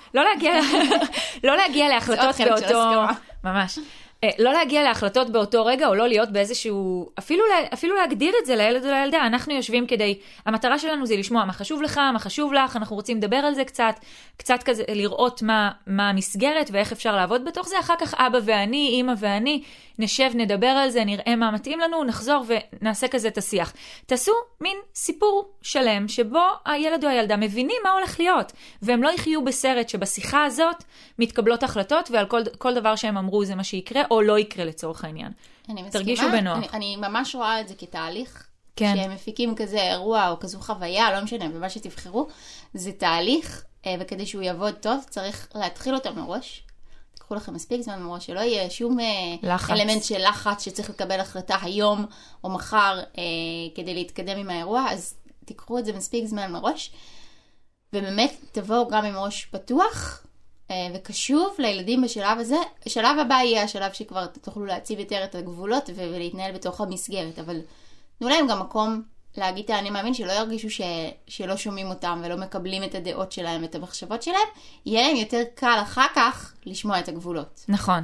לא להגיע להחלטות באותו... ממש. לא להגיע להחלטות באותו רגע, או לא להיות באיזשהו... אפילו להגדיר את זה לילד או לילדה. אנחנו יושבים כדי... המטרה שלנו זה לשמוע מה חשוב לך, מה חשוב לך, אנחנו רוצים לדבר על זה קצת כזה, לראות מה המסגרת ואיך אפשר לעבוד בתוך זה. אחר כך אבא ואני, אמא ואני, נשב, נדבר על זה, נראה מה מתאים לנו, נחזור ונעשה כזה את השיח. תעשו מין סיפור שלם, שבו הילד או הילדה מבינים מה הולך להיות, והם לא יחיו בסרט שבשיחה הזאת מתקבלות החלטות, ועל כל דבר שהם אמרו זה מה שיקרה, או לא יקרה לצורך העניין. תרגישו בנוח. אני ממש רואה את זה כתהליך, כן. שהם מפיקים כזה אירוע או כזו חוויה, לא משנה, במה שתבחרו, זה תהליך, וכדי שהוא יעבוד טוב, צריך להתחיל אותו מראש. תקחו לכם מספיק זמן מראש, שלא יהיה שום אלמנט של לחץ שצריך לקבל החלטה היום או מחר כדי להתקדם עם האירוע, אז תקחו את זה מספיק זמן מראש, ובאמת תבואו גם עם ראש פתוח וקשוב לילדים בשלב הזה. השלב הבא יהיה השלב שכבר תוכלו להציב יותר את הגבולות ולהתנהל בתוך המסגרת, אבל תנו להם גם מקום להגיד, אני מאמין שלא ירגישו שלא שומעים אותם ולא מקבלים את הדעות שלהם ואת המחשבות שלהם, יהיה להם יותר קל אחר כך לשמוע את הגבולות. נכון.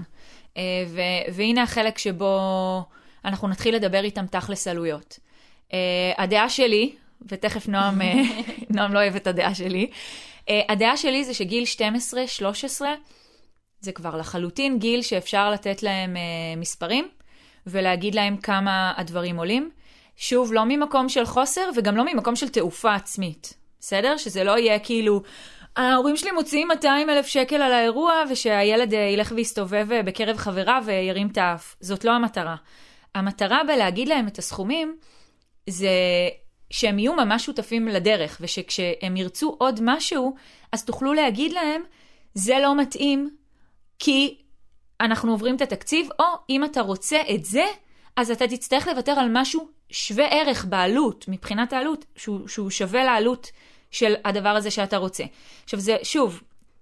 והנה החלק שבו אנחנו נתחיל לדבר איתם תכלס עלויות. הדעה שלי, ותכף נועם לא אוהב את הדעה שלי, הדעה שלי זה שגיל 12-13, זה כבר לחלוטין גיל שאפשר לתת להם מספרים, ולהגיד להם כמה הדברים עולים. שוב, לא ממקום של חוסר, וגם לא ממקום של תעופה עצמית. בסדר? שזה לא יהיה כאילו, ההורים שלי מוציאים 200,000 שקל על האירוע, ושהילד ילך ויסתובב בקרב חברה וירים את האף. זאת לא המטרה. המטרה בלהגיד להם את הסכומים, זה שהם יהיו ממש שותפים לדרך, ושכשהם ירצו עוד משהו, אז תוכלו להגיד להם, זה לא מתאים, כי אנחנו עוברים את התקציב, או אם אתה רוצה את זה, אז אתה תצטרך לוותר על משהו שווה ערך בעלות, מבחינת העלות, שהוא שווה לעלות של הדבר הזה שאתה רוצה. עכשיו זה, שוב,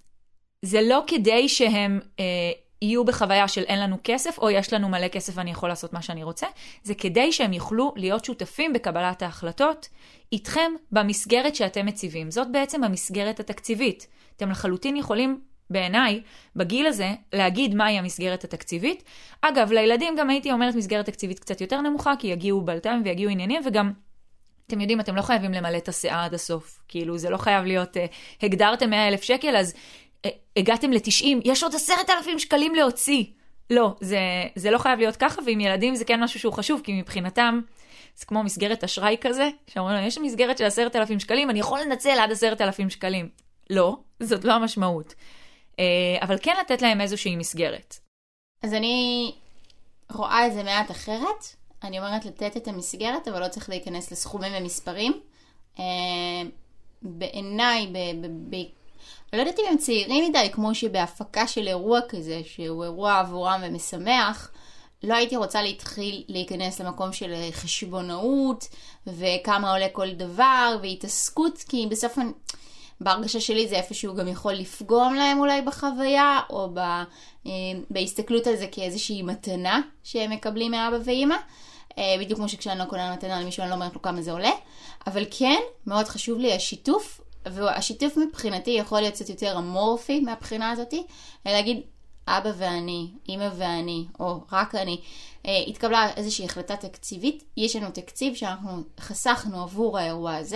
זה לא כדי שהם יהיו בחוויה של אין לנו כסף, או יש לנו מלא כסף ואני יכול לעשות מה שאני רוצה, זה כדי שהם יוכלו להיות שותפים בקבלת ההחלטות איתכם במסגרת שאתם מציבים. זאת בעצם המסגרת התקציבית. אתם לחלוטין יכולים בעיניי, בגיל הזה, להגיד מהי המסגרת התקציבית. אגב, לילדים גם הייתי אומרת מסגרת תקציבית קצת יותר נמוכה, כי יגיעו בלתיים ויגיעו עניינים, וגם, אתם יודעים, אתם לא חייבים למלא את הסעה עד הסוף. כאילו, זה לא חייב להיות, הגדרתם 100,000 שקל, אז הגעתם ל-90, יש עוד 10,000 שקלים להוציא. לא, זה לא חייב להיות ככה, ועם ילדים זה כן משהו שהוא חשוב, כי מבחינתם, זה כמו מסגרת אשראי כזה, שאומרים לו, יש מסגרת של 10,000 שקלים, אני יכול לנצל עד 10,000 שקלים. לא, זאת לא המשמעות. אבל כן לתת להם איזושהי מסגרת. אז אני רואה את זה מעט אחרת. אני אומרת לתת את המסגרת, אבל לא צריך להיכנס לסכומים ומספרים. בעיניי, לא יודעת אם הם צעירים מדי, כמו שבהפקה של אירוע כזה, שהוא אירוע עבורם ומשמח, לא הייתי רוצה להתחיל להיכנס למקום של חשבונאות, וכמה עולה כל דבר, והתעסקות, כי בסוף בהרגשה שלי זה איפשהו גם יכול לפגום להם אולי בחוויה, או בהסתכלות על זה כאיזושהי מתנה שהם מקבלים מאבא ואמא. בדיוק כמו שכשאני לא קונה מתנה למישהו, אני לא אומרת לו כמה זה עולה. אבל כן, מאוד חשוב לי השיתוף, והשיתוף מבחינתי יכול להיות קצת יותר אמורפי מהבחינה הזאת, להגיד אבא ואני, אמא ואני, או רק אני, התקבלה איזושהי החלטה תקציבית, יש לנו תקציב שאנחנו חסכנו עבור האירוע הזה,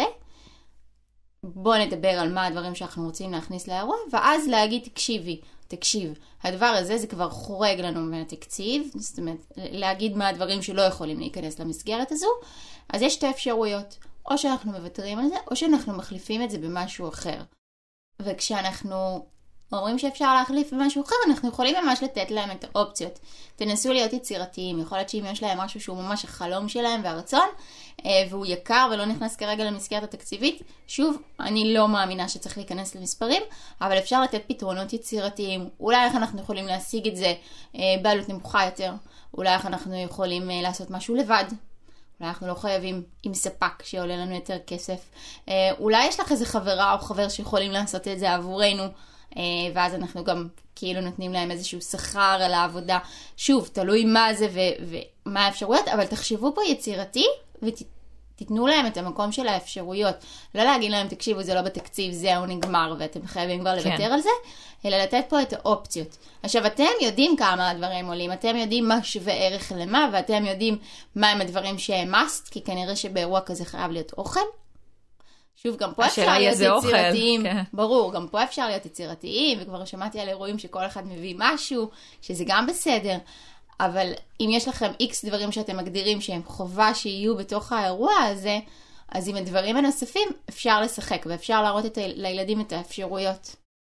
בואו נדבר על מה הדברים שאנחנו רוצים להכניס לאירוע, ואז להגיד תקשיב, הדבר הזה זה כבר חורג לנו מהתקציב, זאת אומרת, להגיד מה הדברים שלא יכולים להיכנס למסגרת הזו, אז יש שתי אפשרויות, או שאנחנו מוותרים על זה, או שאנחנו מחליפים את זה במשהו אחר. וכשאנחנו אומרים שאפשר להחליף במשהו אחר, אנחנו יכולים ממש לתת להם את האופציות. תנסו להיות יצירתיים, יכול להיות שאם יש להם משהו שהוא ממש החלום שלהם והרצון, והוא יקר ולא נכנס כרגע למסגרת התקציבית, שוב, אני לא מאמינה שצריך להיכנס למספרים, אבל אפשר לתת פתרונות יצירתיים. אולי איך אנחנו יכולים להשיג את זה בעלות נמוכה יותר, אולי איך אנחנו יכולים לעשות משהו לבד, אולי אנחנו לא חייבים עם ספק שעולה לנו יותר כסף, אולי יש לך איזה חברה או חבר שיכולים לעשות את זה עבורנו, ואז אנחנו גם כאילו נותנים להם איזשהו שכר על העבודה. שוב, תלוי מה זה ומה האפשרויות, אבל תחשבו פה יצירתי ותיתנו להם את המקום של האפשרויות. לא להגיד להם, תקשיבו, זה לא בתקציב, זהו נגמר, ואתם חייבים כבר לוותר על זה, אלא לתת פה את האופציות. עכשיו, אתם יודעים כמה הדברים עולים, אתם יודעים מה שווה ערך למה, ואתם יודעים מה הם הדברים שהם must, כי כנראה שבאירוע כזה חייב להיות אוכל. שוב, גם פה אפשר להיות יצירתיים. ברור, גם פה אפשר להיות יצירתיים, וכבר שמעתי על אירועים שכל אחד מביא משהו, שזה גם בסדר. אבל אם יש לכם איקס דברים שאתם מגדירים שהם חובה שיהיו בתוך האירוע הזה, אז עם הדברים הנוספים אפשר לשחק, ואפשר להראות לילדים את האפשרויות.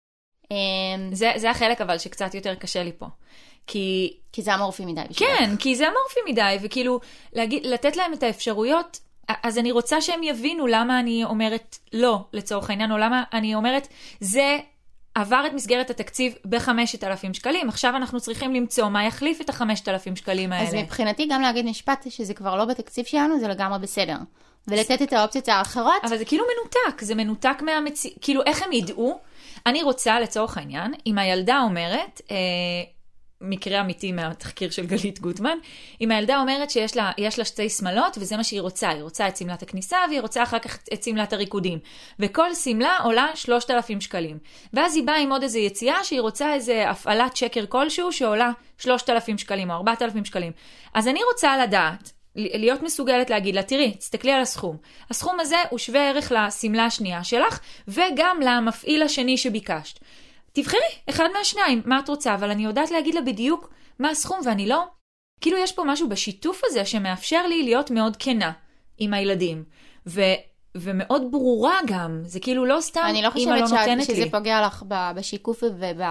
זה החלק אבל שקצת יותר קשה לי פה. כי זה אמורפי מדי בשביל. כן, כי זה אמורפי מדי, וכאילו לתת להם את האפשרויות, אז אני רוצה שהם יבינו למה אני אומרת לא, לצורך העניין, או למה אני אומרת, זה עבר את מסגרת התקציב ב5,000 שקלים, עכשיו אנחנו צריכים למצוא מה יחליף את 5,000 שקלים האלה. אז מבחינתי גם להגיד משפט שזה כבר לא בתקציב שלנו, זה לגמרי בסדר. ולתת את האופציות האחרות. אבל זה כאילו מנותק, זה מנותק כאילו איך הם ידעו? אני רוצה לצורך העניין, אם הילדה אומרת, מקרה אמיתי מהתחקיר של גלית גוטמן, אם הילדה אומרת שיש לה שתי סמלות, וזה מה שהיא רוצה. היא רוצה את סמלת הכניסה, והיא רוצה אחר כך את סמלת הריקודים. וכל סמלה עולה 3,000 שקלים. ואז היא באה עם עוד איזו יציאה, שהיא רוצה איזו הפעלת שקר כלשהו, שעולה 3,000 שקלים או 4,000 שקלים. אז אני רוצה לדעת, להיות מסוגלת להגיד לה, תראי, תסתכלי על הסכום. הסכום הזה הוא שווה ערך לסמלה השנייה שלך, וגם למפעיל השני שביקשת. תבחרי, אחד מהשניים, מה את רוצה, אבל אני יודעת להגיד לה בדיוק מה הסכום, ואני לא. כאילו יש פה משהו בשיתוף הזה שמאפשר לי להיות מאוד כנה עם הילדים, ומאוד ברורה גם, זה כאילו לא סתם אני לא אמא לא נותנת לי. חושבת שזה פוגע לך בשיקוף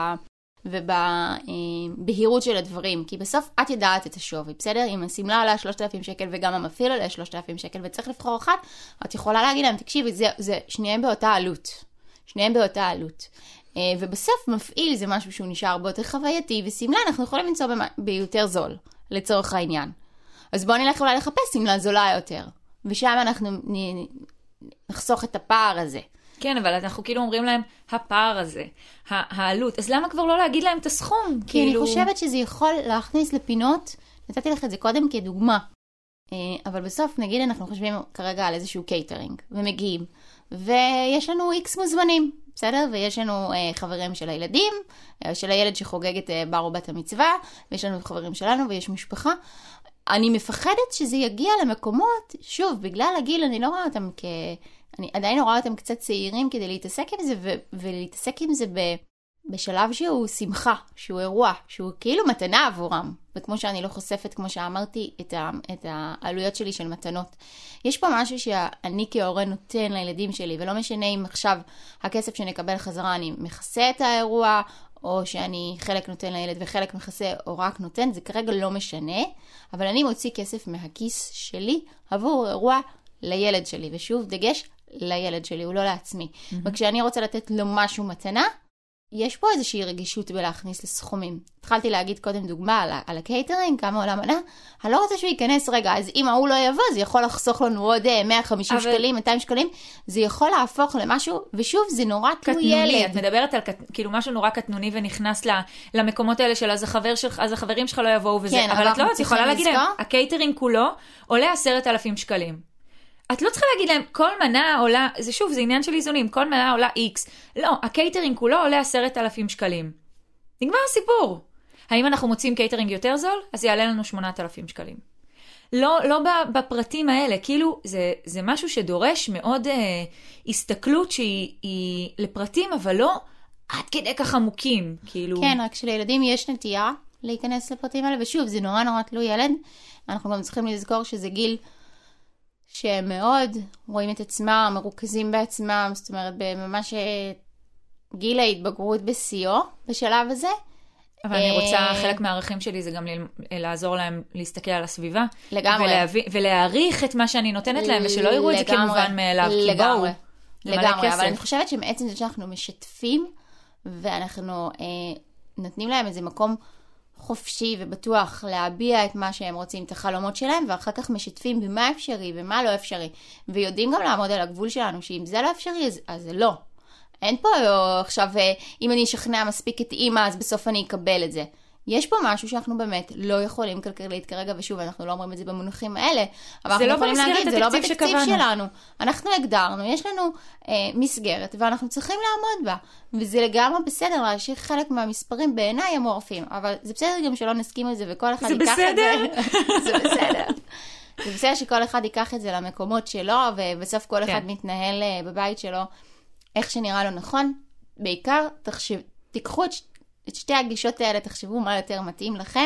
ובבהירות של הדברים, כי בסוף את יודעת את השווי, בסדר? אם הסמלה עולה 3,000 שקל וגם המפעיל עולה 3,000 שקל וצריך לבחור אחת, את יכולה להגיד להם, תקשיבי, זה שניהם באותה עלות. ובסוף מפעיל זה משהו שהוא נשאר ביותר חווייתי, וסמלה אנחנו יכולים למצוא ביותר זול, לצורך העניין. אז בואו נלך אולי לחפש סמלה זולה יותר, ושם אנחנו נחסוך את הפער הזה. כן, אבל אנחנו כאילו אומרים להם, הפער הזה, העלות, אז למה כבר לא להגיד להם את הסכום? כי אני חושבת שזה יכול להכניס לפינות, נתתי לך את זה קודם כדוגמה, אבל בסוף נגיד אנחנו חושבים כרגע על איזשהו קייטרינג, ומגיעים, ויש לנו איקס מוזמנים, בסדר? ויש לנו חברים של הילדים, של הילד שחוגג את בר או בת המצווה, ויש לנו חברים שלנו ויש משפחה. אני מפחדת שזה יגיע למקומות, שוב, בגלל הגיל אני לא רואה אותם אני עדיין רואה אותם קצת צעירים כדי להתעסק עם זה, ולהתעסק עם זה בשלב שהוא שמחה, שהוא אירוע, שהוא כאילו מתנה עבורם. וכמו שאני לא חושפת, כמו שאמרתי, את העלויות שלי של מתנות. יש פה משהו שאני כהורה נותן לילדים שלי, ולא משנה אם עכשיו הכסף שנקבל חזרה, אני מכסה את האירוע, או שאני חלק נותן לילד וחלק מכסה, או רק נותן, זה כרגע לא משנה, אבל אני מוציא כסף מהכיס שלי עבור אירוע לילד שלי, ושוב דגש לילד שלי, הוא לא לעצמי. וכשאני רוצה לתת לו משהו מתנה, יש פה איזושהי רגישות בלהכניס לסכומים. התחלתי להגיד קודם דוגמה על הקייטרינג, כמה עולה מנה. אני לא רוצה שהוא ייכנס רגע, אז אם הוא לא יבוא, זה יכול לחסוך לנו עוד 150 שקלים, 200 שקלים. זה יכול להפוך למשהו, ושוב, זה נורא תלוי ילד. את מדברת על כאילו משהו נורא קטנוני ונכנס למקומות האלה של אז החברים שלך לא יבואו וזה. כן, אבל את לא יכולה להגיד להם, הקייטרינג כולו עולה 10,000 שקלים. את לא צריכה להגיד להם, כל מנה עולה, זה שוב, זה עניין של איזונים, כל מנה עולה X. לא, הקייטרינג כולו עולה 10,000 שקלים. נגמר הסיפור. האם אנחנו מוצאים קייטרינג יותר זול? אז יעלה לנו 8,000 שקלים. לא בפרטים האלה, כאילו זה משהו שדורש מאוד הסתכלות שהיא לפרטים, אבל לא עד כדי כך עמוקים, כאילו. כן, רק שלילדים יש נטייה להיכנס לפרטים האלה, ושוב, זה נורא תלוי ילד. אנחנו גם צריכים לזכור שזה גיל שהם מאוד רואים את עצמם, מרוכזים בעצמם, זאת אומרת, בממש גיל ההתבגרות בשיאו בשלב הזה. אבל אני רוצה, חלק מהערכים שלי זה גם לעזור להם להסתכל על הסביבה. לגמרי. ולהעריך את מה שאני נותנת להם, ושלא יראו את זה כמובן מאליו. לגמרי. לגמרי, אבל אני חושבת שמעצם זה שאנחנו משתפים, ואנחנו נותנים להם איזה מקום חופשי ובטוח להביע את מה שהם רוצים, את החלומות שלהם, ואחר כך משתפים במה אפשרי ומה לא אפשרי. ויודעים גם לעמוד על הגבול שלנו, שאם זה לא אפשרי, אז זה לא. אין פה עכשיו, אם אני אשכנע מספיק את אימא, אז בסוף אני אקבל את זה. יש פה משהו שאנחנו באמת לא יכולים כלכלית כרגע, ושוב, אנחנו לא אומרים את זה במונחים האלה, אבל אנחנו יכולים להגיד, זה לא בתקציב שלנו. אנחנו הגדרנו, יש לנו מסגרת, ואנחנו צריכים לעמוד בה. וזה לגמרי בסדר, להשאיר חלק מהמספרים בעיניי אמורפיים, אבל זה בסדר גם שלא נסכים על זה, וכל אחד ייקח את זה. זה בסדר. זה בסדר שכל אחד ייקח את זה למקומות שלו, ובסוף כל אחד מתנהל בבית שלו איך שנראה לו נכון. בעיקר, תיקחו את שתי הגישות האלה, תחשבו מה יותר מתאים לכם,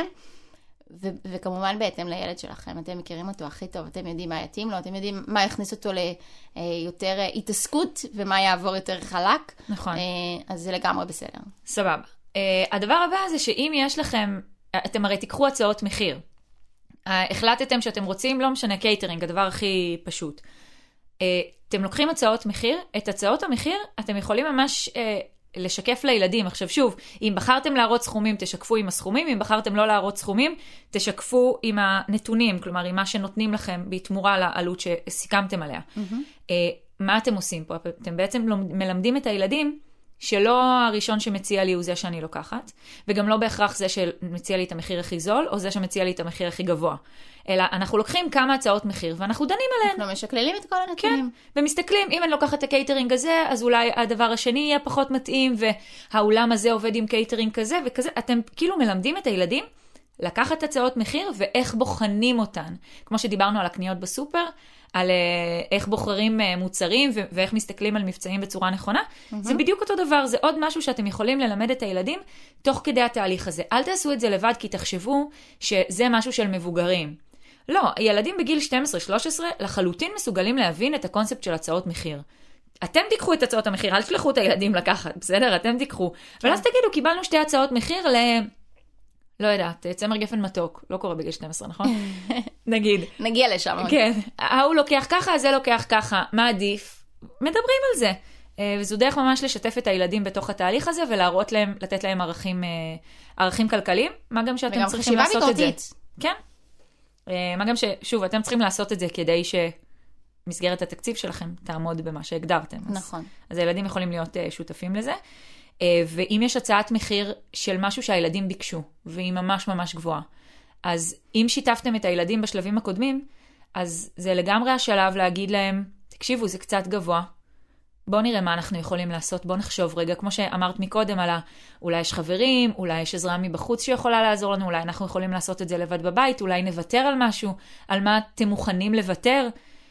וכמובן בהתאם לילד שלכם. אתם מכירים אותו הכי טוב, אתם יודעים מה יתאים לו, אתם יודעים מה יכניס אותו ליותר התעסקות, ומה יעבור יותר חלק. נכון. אז זה לגמרי בסדר. סבבה. הדבר הבא זה שאם יש לכם, אתם הרי תיקחו הצעות מחיר. החלטתם שאתם רוצים, לא משנה, קייטרינג, הדבר הכי פשוט. אתם לוקחים הצעות מחיר, את הצעות המחיר אתם יכולים ממש לשקף לילדים. עכשיו שוב, אם בחרתם להראות סכומים, תשקפו עם הסכומים, אם בחרתם לא להראות סכומים, תשקפו עם הנתונים, כלומר עם מה שנותנים לכם בתמורה לעלות שסיכמתם עליה. מה אתם עושים פה? אתם בעצם מלמדים את הילדים שלא הראשון שמציע לי הוא זה שאני לוקחת, וגם לא בהכרח זה שמציע לי את המחיר הכי זול, או זה שמציע לי את המחיר הכי גבוה. אלא אנחנו לוקחים כמה הצעות מחיר, ואנחנו דנים עליהן. אנחנו משקללים את כל הנתונים. כן, ומסתכלים, אם אני לוקחת את הקייטרינג הזה, אז אולי הדבר השני יהיה פחות מתאים, והאולם הזה עובד עם קייטרינג כזה וכזה. אתם כאילו מלמדים את הילדים לקחת הצעות מחיר, ואיך בוחנים אותן. כמו שדיברנו על הקניות בסופר, על איך בוחרים מוצרים ואיך מסתכלים על מבצעים בצורה נכונה. זה בדיוק אותו דבר, זה עוד משהו שאתם יכולים ללמד את הילדים תוך כדי התהליך הזה. אל תעשו את זה לבד, כי תחשבו שזה משהו של מבוגרים. לא, ילדים בגיל 12-13 לחלוטין מסוגלים להבין את הקונספט של הצעות מחיר. אתם תיקחו את הצעות המחיר, אל תשלחו את הילדים לקחת, בסדר? אתם תיקחו. אבל אז תגידו, קיבלנו 2 הצעות מחיר לא יודעת, צמר גפן מתוק, לא קורה בגיל 12, נכון? נגיד. נגיע לשם. כן, הוא לוקח ככה, זה לוקח ככה, מה עדיף? מדברים על זה. וזו דרך ממש לשתף את הילדים בתוך התהליך הזה, ולהראות להם, לתת להם ערכים כלכליים, מה גם שאתם צריכים לעשות את זה. כן. מה גם ששוב, אתם צריכים לעשות את זה כדי שמסגרת התקציב שלכם תעמוד במה שהגדרתם. נכון. אז הילדים יכולים להיות שותפים לזה. ואם יש הצעת מחיר של משהו שהילדים ביקשו, והיא ממש ממש גבוהה, אז אם שיתפתם את הילדים בשלבים הקודמים, אז זה לגמרי השלב להגיד להם, תקשיבו, זה קצת גבוה, בואו נראה מה אנחנו יכולים לעשות, בואו נחשוב רגע, כמו שאמרת מקודם, אולי יש חברים, אולי יש עזרה מבחוץ שיכולה לעזור לנו, אולי אנחנו יכולים לעשות את זה לבד בבית, אולי נוותר על משהו, על מה אתם מוכנים לוותר.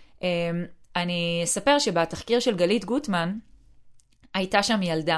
אני אספר שבתחקיר של גלית גוטמן, הייתה שם ילדה,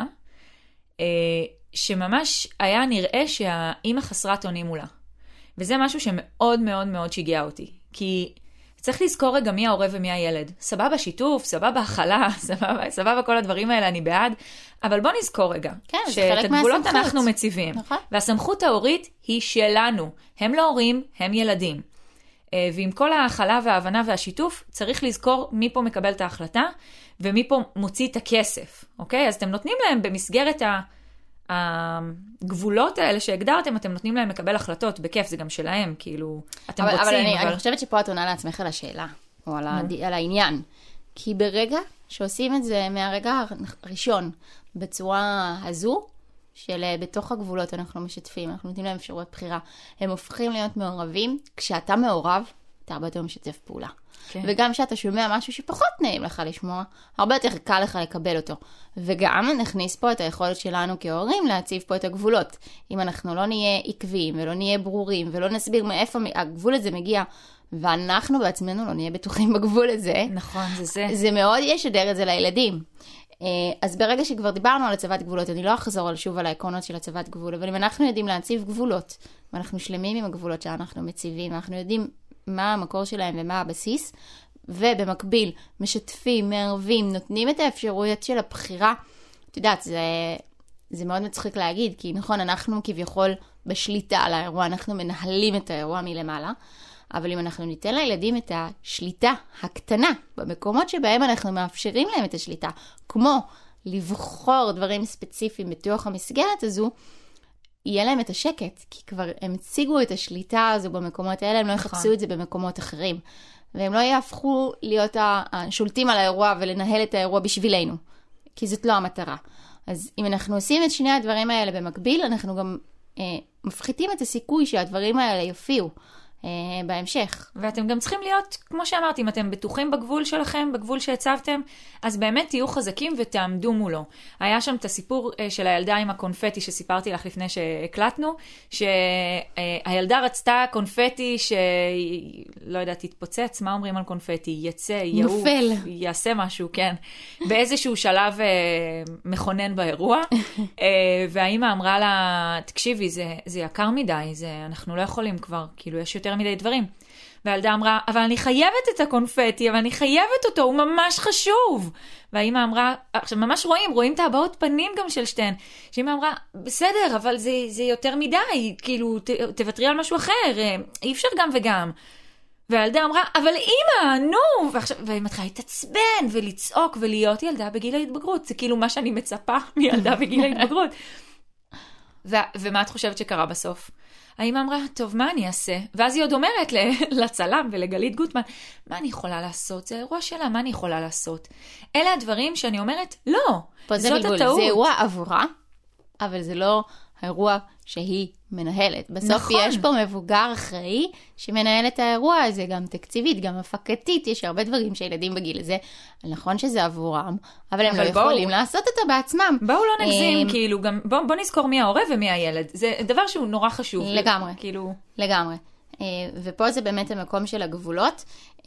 שממש היה נראה שהאימא חסרת אונים מולה. וזה משהו שמאוד מאוד מאוד שיגע אותי. כי צריך לזכור רגע מי ההורה ומי הילד. סבבה שיתוף, סבבה הכלה, סבבה כל הדברים האלה, אני בעד. אבל בוא נזכור רגע. כן, שאת הגבולות אנחנו מציבים. נכון. והסמכות ההורית היא שלנו. הם לא הורים, הם ילדים. ועם כל ההכלה וההבנה והשיתוף, צריך לזכור מי פה מקבל את ההחלטה, ומי פה מוציא את הכסף. אוקיי? אז אתם נותנים להם במסגרת הגבולות האלה שהגדרתם, אתם נותנים להם לקבל החלטות, בכיף, זה גם שלהם, כאילו, אתם רוצים. אבל אני חושבת שפה את עונה לעצמך על השאלה, או על העניין. כי ברגע שעושים את זה מהרגע הראשון, בצורה הזו, של בתוך הגבולות אנחנו משתפים, אנחנו נותנים להם אפשרויות בחירה, הם הופכים להיות מעורבים, כשאתה מעורב, אתה הרבה יותר משתף פעולה. Okay. וגם כשאתה שומע משהו שפחות נעים לך לשמוע, הרבה יותר קל לך לקבל אותו. וגם נכניס פה את היכולת שלנו כהורים להציב פה את הגבולות. אם אנחנו לא נהיה עקביים ולא נהיה ברורים ולא נסביר מאיפה הגבול הזה מגיע, ואנחנו בעצמנו לא נהיה בטוחים בגבול הזה. נכון, זה. זה מאוד ישדר את זה לילדים. אז ברגע שכבר דיברנו על הצבת גבולות, אני לא אחזור שוב על העקרונות של הצבת גבול, אבל אם אנחנו יודעים להציב גבולות, ואנחנו שלמים עם הגבולות שאנחנו מציבים, אנחנו יודעים מה המקור שלהם ומה הבסיס, ובמקביל משתפים, מערבים, נותנים את האפשרויות של הבחירה. את יודעת, זה מאוד מצחיק להגיד, כי נכון, אנחנו כביכול בשליטה על האירוע, אנחנו מנהלים את האירוע מלמעלה, אבל אם אנחנו ניתן לילדים את השליטה הקטנה, במקומות שבהם אנחנו מאפשרים להם את השליטה, כמו לבחור דברים ספציפיים בתוך המסגרת הזו, יהיה להם את השקט, כי כבר הם הציגו את השליטה הזו במקומות האלה, הם לא יחפשו את זה במקומות אחרים. והם לא יהפכו להיות השולטים על האירוע ולנהל את האירוע בשבילנו, כי זאת לא המטרה. אז אם אנחנו עושים את שני הדברים האלה במקביל, אנחנו גם מפחיתים את הסיכוי שהדברים האלה יופיעו בהמשך. ואתם גם צריכים להיות, כמו שאמרתי, אם אתם בטוחים בגבול שלכם, בגבול שהצבתם, אז באמת תהיו חזקים ותעמדו מולו. היה שם את הסיפור של הילדה עם הקונפטי שסיפרתי לך לפני שהקלטנו, שהילדה רצתה קונפטי לא יודעת, תתפוצץ, מה אומרים על קונפטי? יצא, יעוף, נופל. יעשה משהו, כן. באיזשהו שלב מכונן באירוע, והאמא אמרה לה, תקשיבי, זה יקר מדי, אנחנו לא יכולים כבר, כאילו יש יותר מדי דברים. והילדה אמרה, אבל אני חייבת את הקונפטי, אבל אני חייבת אותו, הוא ממש חשוב. והאמא אמרה, עכשיו ממש רואים את הבעות פנים גם של שתיהן, שאמא אמרה, בסדר, אבל זה יותר מדי, כאילו, תוותרי על משהו אחר, אי אפשר גם וגם. והילדה אמרה, אבל אמא, נו, והיא מתחילה להתעצבן ולצעוק ולהיות ילדה בגיל ההתבגרות, זה כאילו מה שאני מצפה מילדה בגיל ההתבגרות. ומה את חושבת שקרה בסוף? האמא אמרה, טוב, מה אני אעשה? ואז היא עוד אומרת לצלם ולגלית גוטמן, מה אני יכולה לעשות? זה האירוע שלה, מה אני יכולה לעשות? אלה הדברים שאני אומרת, לא, זאת הטעות. זה אירוע עבורה, אבל זה לא האירוע שהיא מנהלת. בסוף נכון. יש פה מבוגר אחראי שמנהל את האירוע הזה, גם תקציבית, גם הפקתית, יש הרבה דברים שילדים בגיל הזה, נכון שזה עבורם, אבל הם לא יכולים לעשות אותו בעצמם. בואו לא נגזים, כאילו, גם, בוא נזכור מי ההורה ומי הילד. זה דבר שהוא נורא חשוב. לגמרי, כאילו... לגמרי. ופה זה באמת המקום של הגבולות.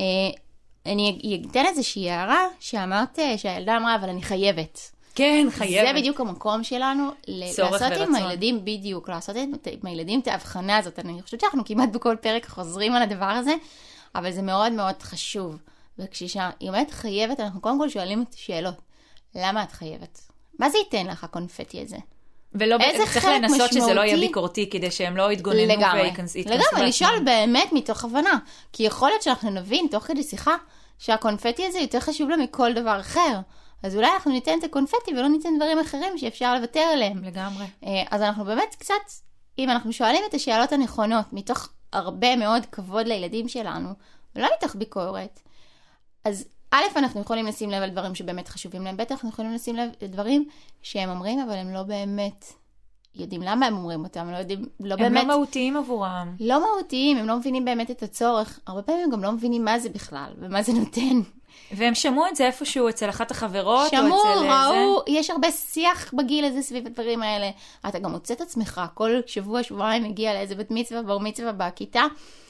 אני אתן איזושהי הערה שאמרת, שהילדה אמרה, אבל אני חייבת. כן, חייבת. זה בדיוק המקום שלנו, לעשות עם הילדים בדיוק, לעשות עם הילדים את ההבחנה הזאת. אני חושבת שאנחנו כמעט בכל פרק חוזרים על הדבר הזה, אבל זה מאוד מאוד חשוב. וכשהיא אומרת חייבת, אנחנו קודם כל שואלים את שאלות. למה את חייבת? מה זה ייתן לך הקונפטי הזה? ולא צריך לנסות שזה לא יהיה ביקורתי, כדי שהם לא יתגוננו ויתכנסו. לגמרי, לשאול באמת מתוך הבנה. כי יכול להיות שאנחנו נבין תוך כדי שיחה, שהקונפטי הזה יותר חשוב לה מכל דבר אחר. אז אולי אנחנו ניתן את הקונפטי ולא ניתן דברים אחרים שאפשר לוותר עליהם. לגמרי. אז אנחנו באמת קצת, אם אנחנו שואלים את השאלות הנכונות, מתוך הרבה מאוד כבוד לילדים שלנו, ולא מתוך ביקורת, אז א', אנחנו יכולים לשים לב על דברים שבאמת חשובים להם, בטח אנחנו יכולים לשים לב לדברים שהם אומרים, אבל הם לא באמת יודעים למה הם אומרים אותם, הם לא יודעים, לא הם באמת... לא מהותיים עבורם. לא מהותיים, הם לא מבינים באמת את הצורך. הרבה פעמים הם גם לא מבינים מה זה בכלל, ומה זה נותן. והם שמעו את זה איפשהו אצל אחת החברות, שמעו, או אצל ראו, יש הרבה שיח בגיל הזה סביב הדברים האלה. אתה גם מוצא את עצמך, כל שבוע, שבועיים מגיע לאיזה בת מצווה, בר מצווה בכיתה.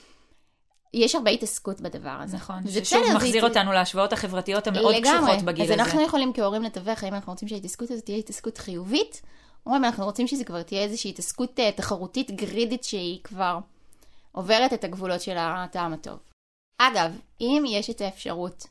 יש הרבה התעסקות בדבר הזה. נכון, ששוב מחזיר אותנו להשוואות החברתיות המאוד קשוחות בגיל הזה. אז אנחנו יכולים כהורים לתווך, האם אנחנו רוצים שההתעסקות הזאת תהיה התעסקות חיובית, או אם אנחנו רוצים שזה כבר תהיה איזושהי התעסקות תחרותית גרידית שהיא כבר עוברת את הגבולות של הטעם הטוב. אגב, אם יש את האפשרות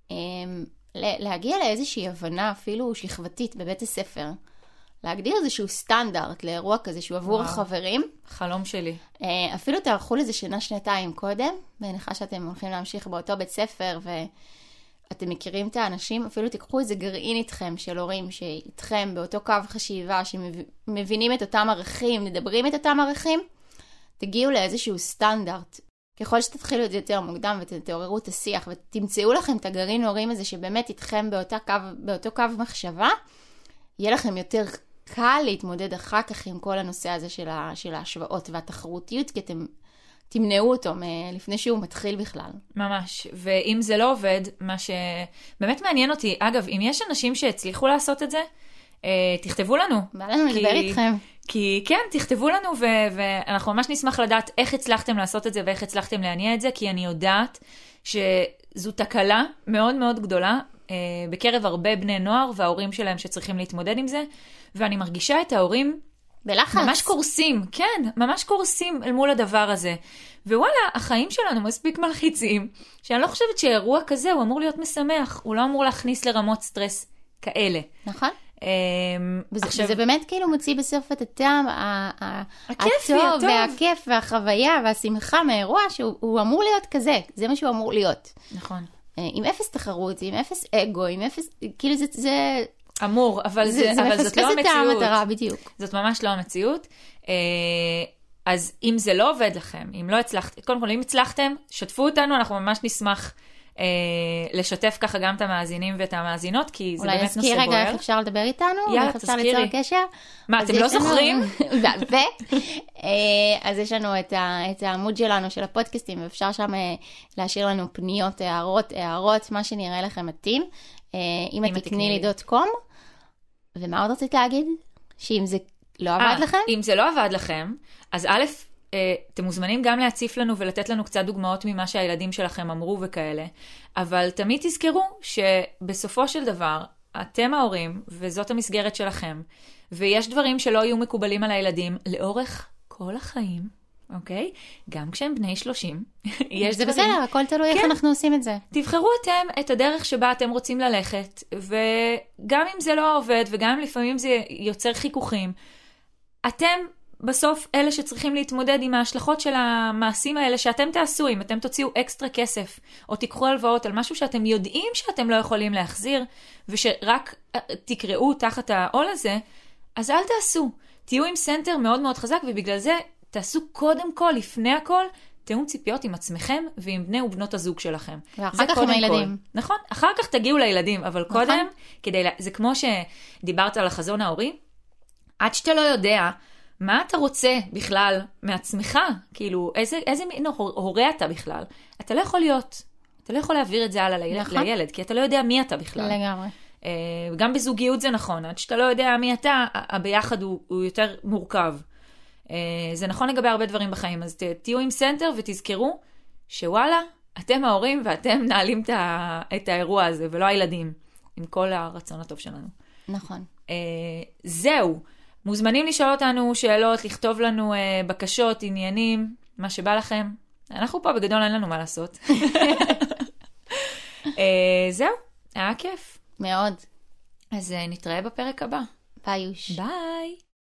להגיע לאיזושהי הבנה אפילו שכבתית בבית הספר, להגדיר איזשהו סטנדרט לאירוע כזה שהוא עבור חברים. חלום שלי. אפילו תערכו לזה שנה, שנתיים קודם, בהנחה שאתם הולכים להמשיך באותו בית ספר, אתם מכירים את האנשים, אפילו תיקחו איזה גרעין איתכם של הורים שאיתכם באותו קו חשיבה, שמבינים את אותם ערכים, מדברים את אותם ערכים, תגיעו לאיזשהו סטנדרט. ככל שתתחילו את זה יותר מוקדם ותתעוררו את השיח ותמצאו לכם את הגרעין הורים הזה שבאמת איתכם באותו קו מחשבה, יהיה לכם יותר קל להתמודד אחר כך עם כל הנושא הזה של ההשוואות והתחרותיות, כי אתם תמנעו אותו לפני שהוא מתחיל בכלל. ממש, ואם זה לא עובד, מה שבאמת מעניין אותי, אגב, אם יש אנשים שהצליחו לעשות את זה, תכתבו לנו. בא לנו לדבר איתכם. כי כן, תכתבו לנו, ואנחנו ממש נשמח לדעת איך הצלחתם לעשות את זה, ואיך הצלחתם להניע את זה, כי אני יודעת שזו תקלה מאוד מאוד גדולה, בקרב הרבה בני נוער, וההורים שלהם שצריכים להתמודד עם זה, ואני מרגישה את ההורים בלחץ. ממש קורסים, כן, ממש קורסים אל מול הדבר הזה. ווואלה, החיים שלנו מספיק מלחיצים, שאני לא חושבת שאירוע כזה הוא אמור להיות משמח, הוא לא אמור להכניס לרמות סטרס כאלה. נכון. זה באמת כאילו מוציא בסוף את הטעם הטוב והכיף והחוויה והשמחה מהאירוע, שהוא אמור להיות כזה, זה מה שהוא אמור להיות. נכון. עם אפס תחרות, עם אפס אגו, עם אפס, כאילו זה אמור, אבל זאת לא המציאות. זה המטרה, בדיוק. זאת ממש לא המציאות. אז אם זה לא עובד לכם, אם לא הצלחתם, קודם כל, אם הצלחתם, שתפו אותנו, אנחנו ממש נשמח לשתף ככה גם את המאזינים ואת המאזינות, כי זה באמת נושא בוער. אולי נזכיר רגע איך אפשר לדבר איתנו, יאללה, איך אפשר ליצור קשר. מה, אתם לא זוכרים? אז יש לנו את העמוד שלנו, של הפודקאסטים, ואפשר שם להשאיר לנו פניות, הערות, מה שנראה לכם מתאים. אם תקני לי .com, ומה עוד רצית להגיד? שאם זה לא עבד לכם? אם זה לא עבד לכם, אז א', אתם מוזמנים גם להציף לנו ולתת לנו קצת דוגמאות ממה שהילדים שלכם אמרו וכאלה, אבל תמיד תזכרו שבסופו של דבר, אתם ההורים, וזאת המסגרת שלכם, ויש דברים שלא יהיו מקובלים על הילדים לאורך כל החיים, אוקיי? גם כשהם בני 30. זה בסדר, הכל תלוי איך אנחנו עושים את זה. תבחרו אתם את הדרך שבה אתם רוצים ללכת, וגם אם זה לא עובד, וגם אם לפעמים זה יוצר חיכוכים, אתם בסוף אלה שצריכים להתמודד עם ההשלכות של המעשים האלה שאתם תעשו, אם אתם תוציאו אקסטרה כסף, או תיקחו הלוואות על משהו שאתם יודעים שאתם לא יכולים להחזיר, ושרק תקראו תחת העול הזה, אז אל תעשו. תהיו עם סנטר מאוד מאוד חזק, ובגלל זה תעשו קודם כל, לפני הכל, תהיו ציפיות עם עצמכם ועם בני ובנות הזוג שלכם. ואחר כך עם הילדים. נכון, אחר כך תגיעו לילדים, אבל קודם, זה כמו שדיברת על החזון ההורי, עד שאתה לא יודע מה אתה רוצה בכלל מעצמך, כאילו, איזה מין הורה אתה בכלל, אתה לא יכול להיות, אתה לא יכול להעביר את זה הלאה לילד, כי אתה לא יודע מי אתה בכלל. לגמרי. גם בזוגיות זה נכון, עד שאתה לא יודע מי אתה, הביחד הוא יותר מורכב. זה נכון לגבי הרבה דברים בחיים, אז תהיו עם סנטר ותזכרו שוואלה, אתם ההורים ואתם מנהלים את האירוע הזה, ולא הילדים, עם כל הרצון הטוב שלנו. נכון. זהו. מוזמנים לשאול אותנו שאלות, לכתוב לנו בקשות, עניינים, מה שבא לכם. אנחנו פה בגדול אין לנו מה לעשות. זהו, היה כיף. מאוד. אז נתראה בפרק הבא. ביי יוש. ביי.